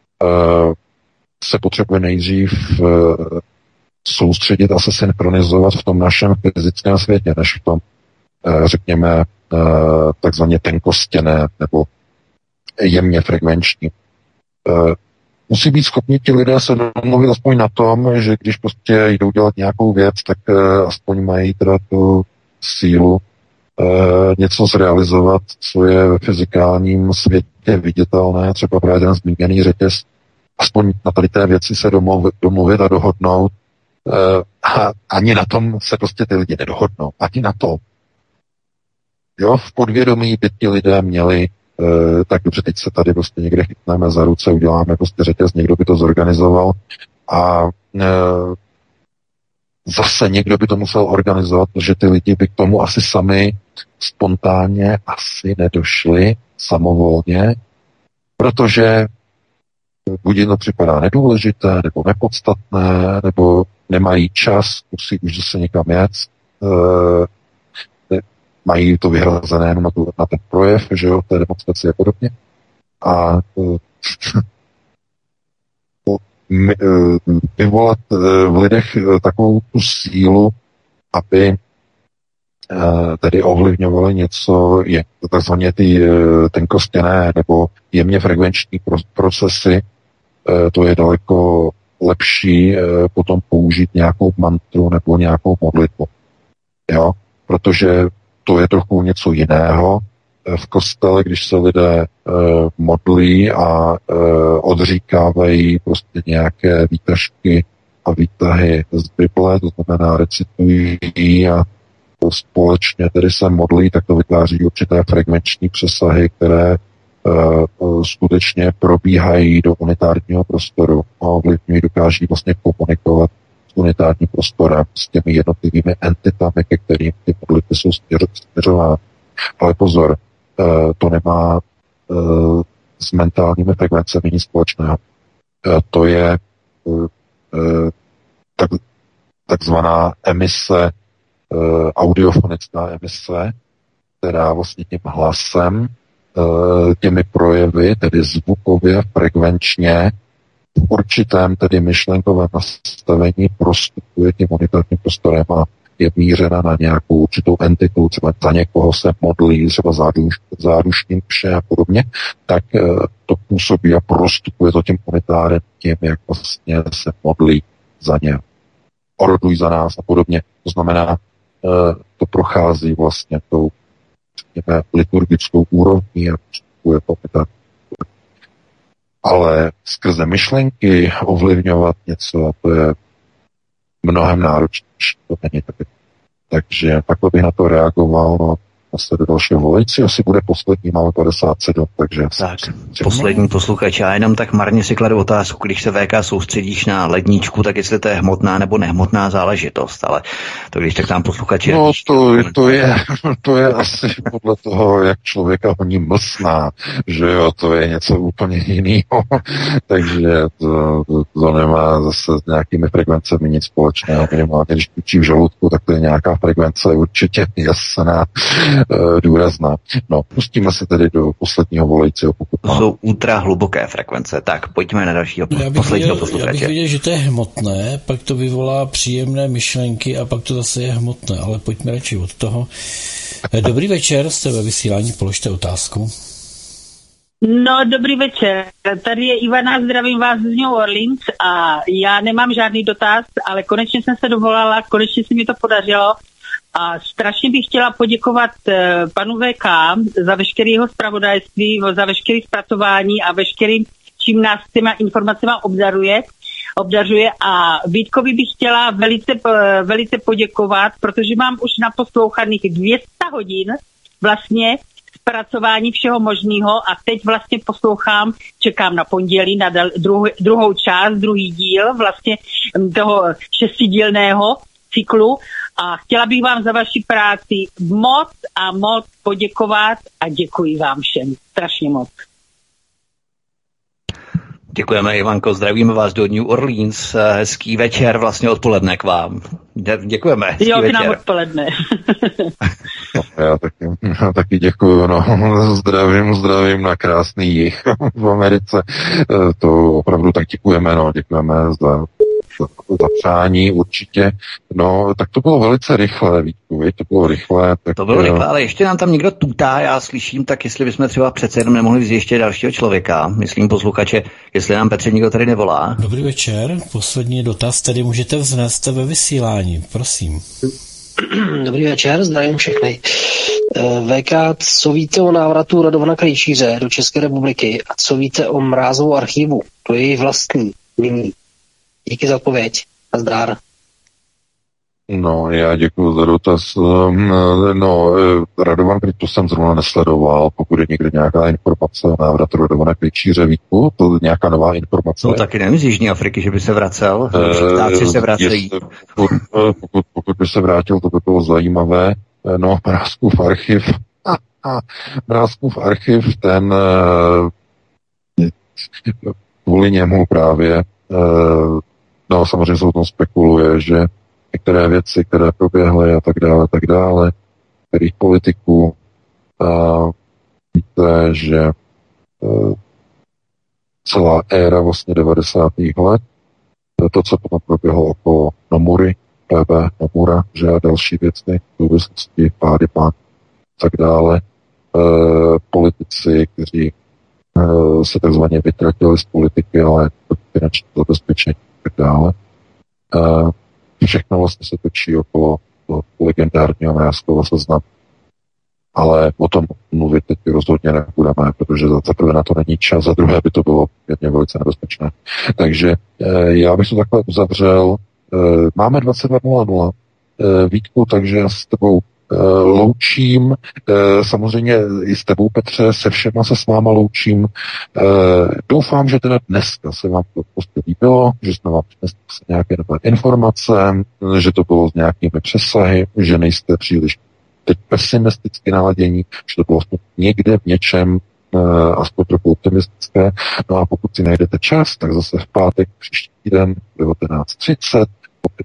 se potřebuje nejdřív soustředit a se synchronizovat v tom našem fyzickém světě, než v tom, řekněme, takzvaně tenkostěné nebo jemně frekvenční. Musí být schopni ti lidé se domluvit aspoň na tom, že když prostě jdou dělat nějakou věc, tak aspoň mají teda tu sílu něco zrealizovat, co je ve fyzikálním světě viditelné, třeba právě ten zmíněný řetěz, aspoň na tady té věci se domluvit a dohodnout. A ani na tom se prostě ty lidi nedohodnou. Ani na tom. Jo, v podvědomí by ti lidé měli tak dobře, teď se tady prostě někde chytneme za ruce, uděláme prostě řetěz, někdo by to zorganizoval a zase někdo by to musel organizovat, protože ty lidi by k tomu asi sami spontánně asi nedošli samovolně, protože buď jim to připadá nedůležité, nebo nepodstatné, nebo nemají čas, musí už zase někam jet, mají to vyhrazené jenom na ten projev, že jo, té demonstraci a podobně. A vyvolat v lidech takovou tu sílu, aby tedy ovlivňovali něco, je takzvaně ty tenkostěné nebo jemně frekvenční procesy, to je daleko lepší potom použít nějakou mantru nebo nějakou modlitbu. Jo? Protože to je trochu něco jiného. V kostele, když se lidé modlí a odříkávají prostě nějaké výtažky a výtahy z Bible, to znamená recitují a společně tedy se modlí, tak to vytváří určité frekvenční přesahy, které skutečně probíhají do unitárního prostoru a ovlivňují, dokáží vlastně komunikovat s unitárním prostorem, s těmi jednotlivými entitami, ke kterým ty modlitby jsou směřovány. Ale pozor, to nemá s mentálními frekvencemi nic společného. To je takzvaná emise, audiofonická emise, která vlastně tím hlasem, těmi projevy, tedy zvukově, frekvenčně, v určitém tedy myšlenkovém nastavení prostupuje tím monitárním prostorem a je mířena na nějakou určitou entitu, třeba za někoho se modlí, třeba zádušním vše a podobně, tak to působí a prostupuje to tím monitárem tím, jak vlastně se modlí za ně. Orodují za nás a podobně. To znamená, to prochází vlastně tou liturgickou úrovní a postupuje to. Ale skrze myšlenky ovlivňovat něco, to je mnohem náročnější. To není tak. Takže takhle bych na to reagoval. No, asi do dalšího volající, asi bude poslední, máme 57, takže... Tak, poslední posluchač, já jenom tak marně si kladu otázku, když se VK soustředíš na ledničku, tak jestli to je hmotná nebo nehmotná záležitost, ale to když tak tam posluchači... No, to je asi podle toho, jak člověka honí mlsná, že jo, to je něco úplně jiného, takže to nemá zase s nějakými frekvencemi nic společného, minimálně když pičí v žaludku, tak to je nějaká frekvence určitě jasná, důrazná. No, pustíme se tedy do posledního volajícího, pokud to jsou ultra hluboké frekvence. Tak, pojďme na dalšího posledního posluchače. Já bych viděl, že to je hmotné, pak to vyvolá příjemné myšlenky a pak to zase je hmotné, ale pojďme radši od toho. Dobrý večer, jste ve vysílání, položte otázku. No, dobrý večer. Tady je Ivana, zdravím vás z New Orleans a já nemám žádný dotaz, ale konečně jsem se dovolala, konečně se mi to podařilo. A strašně bych chtěla poděkovat panu VK za veškeré jeho zpravodajství, za veškeré zpracování a veškerým, čím nás s těma informacemi obdařuje. A Vítkovi bych chtěla velice poděkovat, protože mám už naposlouchaných 200 hodin vlastně zpracování všeho možného a teď vlastně poslouchám, čekám na pondělí, na druhou část, druhý díl vlastně toho 6dílného cyklu a chtěla bych vám za vaši práci moc poděkovat a děkuji vám všem. Strašně moc. Děkujeme, Ivanko, zdravíme vás do New Orleans. Hezký večer, vlastně odpoledne k vám. Děkujeme. Hezký jo, večer. k nám odpoledne. Já taky děkuju. No, zdravím na krásný jih v Americe. To opravdu tak děkujeme za přání určitě. No, tak to bylo velice rychlé, Vítku, to bylo rychlé. Tak... To bylo rychlé, ale ještě nám tam někdo tutá, já slyším, tak jestli bychom třeba přece jenom nemohli vzít ještě dalšího člověka, myslím posluchače, jestli nám Petře nikdo tady nevolá. Dobrý večer, poslední dotaz, tedy můžete vznést ve vysílání, prosím. Dobrý večer, zdravím všechny. VK, co víte o návratu Radovana Krejčíře do České republiky a co víte o Mrázovou archivu? To je její vlastní, nyní. Díky za odpověď. Nazdar. No, já děkuji za dotaz. No, Radovan, to jsem zrovna nesledoval, pokud je někde nějaká informace o návratu Radovana Krejčíře, Vítku, to je nějaká nová informace. No taky nevím z Jižní Afriky, že by se vracel, ptáci se vracejí. Pokud by se vrátil, to by bylo zajímavé. No, Mrázkův archiv, ten kvůli němu právě no, samozřejmě se o tom spekuluje, že některé věci, které proběhly a tak dále, kterých politiků, víte, že celá éra vlastně 90. let, to, co potom proběhlo okolo Nomury, PB Nomura, že a další věci, souvislosti, pády pán, tak dále, politici, kteří se takzvaně vytratili z politiky, ale finanční zabezpečení a tak dále. Všechno vlastně se točí okolo toho legendárního Mrázkova seznamu. Ale o tom mluvit teď rozhodně nebudeme, protože za prvé na to není čas, za druhé by to bylo pěkně velice nebezpečné. Takže já bych to takhle uzavřel. Máme 22:00, Vítku, takže já s tebou loučím. Samozřejmě i s tebou, Petře, se všema se s váma loučím. Doufám, že teda dneska se vám to prostě líbilo, že jsme vám přinesli nějaké nové informace, že to bylo s nějakými přesahy, že nejste příliš teď pesimisticky naladění, že to bylo někde v něčem aspoň trochu optimistické. No a pokud si najdete čas, tak zase v pátek příští týden 19:30 opět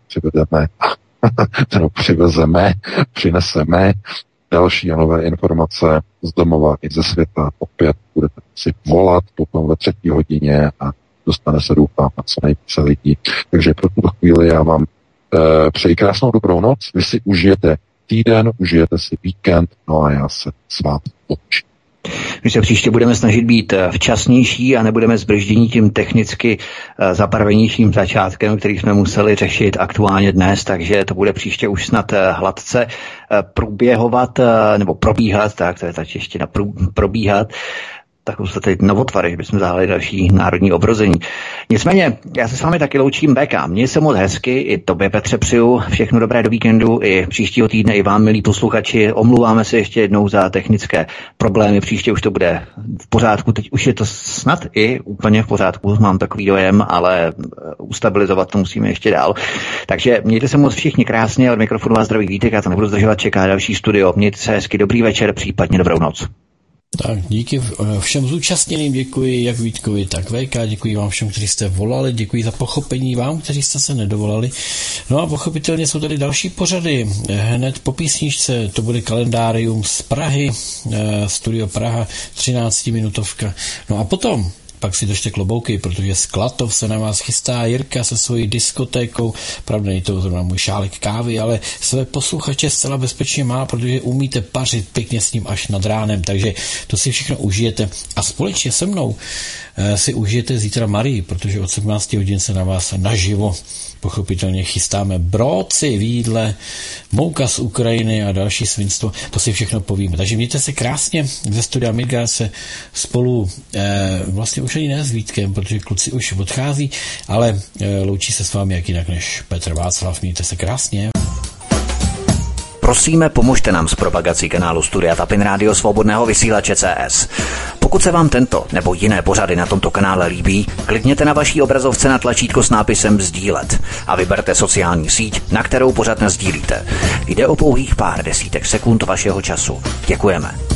přineseme další a nové informace z domova i ze světa. Opět budete si volat potom ve 3. hodině a dostane se, doufám, na co nejvíce lidí. Takže pro tuto chvíli já vám přeji krásnou dobrou noc. Vy si užijete týden, užijete si víkend, no a já se s vámi loučím. My se příště budeme snažit být včasnější a nebudeme zbrždění tím technicky zabarvenějším začátkem, který jsme museli řešit aktuálně dnes, takže to bude příště už snad hladce průběhovat nebo probíhat, tak to je ta čeština, probíhat. Tak už to teď novotvary, že bychom zahájili další národní obrození. Nicméně, já se s vámi taky loučím, BK. Měj se moc hezky, i tobě, Petře, přeju všechno dobré do víkendu, i příštího týdne, i vám, milí posluchači. Omlouváme se ještě jednou za technické problémy, příště už to bude v pořádku, teď už je to snad i úplně v pořádku, mám takový dojem, ale ustabilizovat to musíme ještě dál. Takže mějte se moc všichni krásně, od mikrofonu vás zdraví Vítek, já to nebudu zdržovat, čeká další studio. Mějte se hezky, dobrý večer, případně dobrou noc. Tak díky všem zúčastněným, děkuji jak Vítkovi, tak VK, děkuji vám všem, kteří jste volali, děkuji za pochopení vám, kteří jste se nedovolali. No a pochopitelně jsou tady další pořady. Hned po písničce to bude kalendárium z Prahy, Studio Praha, 13-minutovka. No a potom pak si držte klobouky, protože Sklatov se na vás chystá, Jirka se svojí diskotékou, pravda není to zrovna můj šálek kávy, ale své posluchače zcela bezpečně má, protože umíte pařit pěkně s ním až nad ránem, takže to si všechno užijete a společně se mnou si užijete zítra Marii, protože od 17 hodin se na vás naživo pochopitelně chystáme bróci v jídle, mouka z Ukrajiny a další svinstvo, to si všechno povíme. Takže mějte se krásně, ze studia Midgard se spolu vlastně už ani ne s Vítkem, protože kluci už odchází, ale loučí se s vámi jak jinak než Petr Václav. Mějte se krásně. Prosíme, pomožte nám s propagací kanálu Studia Tapin Rádio Svobodného vysílače CS. Pokud se vám tento nebo jiné pořady na tomto kanále líbí, klikněte na vaší obrazovce na tlačítko s nápisem sdílet a vyberte sociální síť, na kterou pořad nasdílíte. Jde o pouhých pár desítek sekund vašeho času. Děkujeme.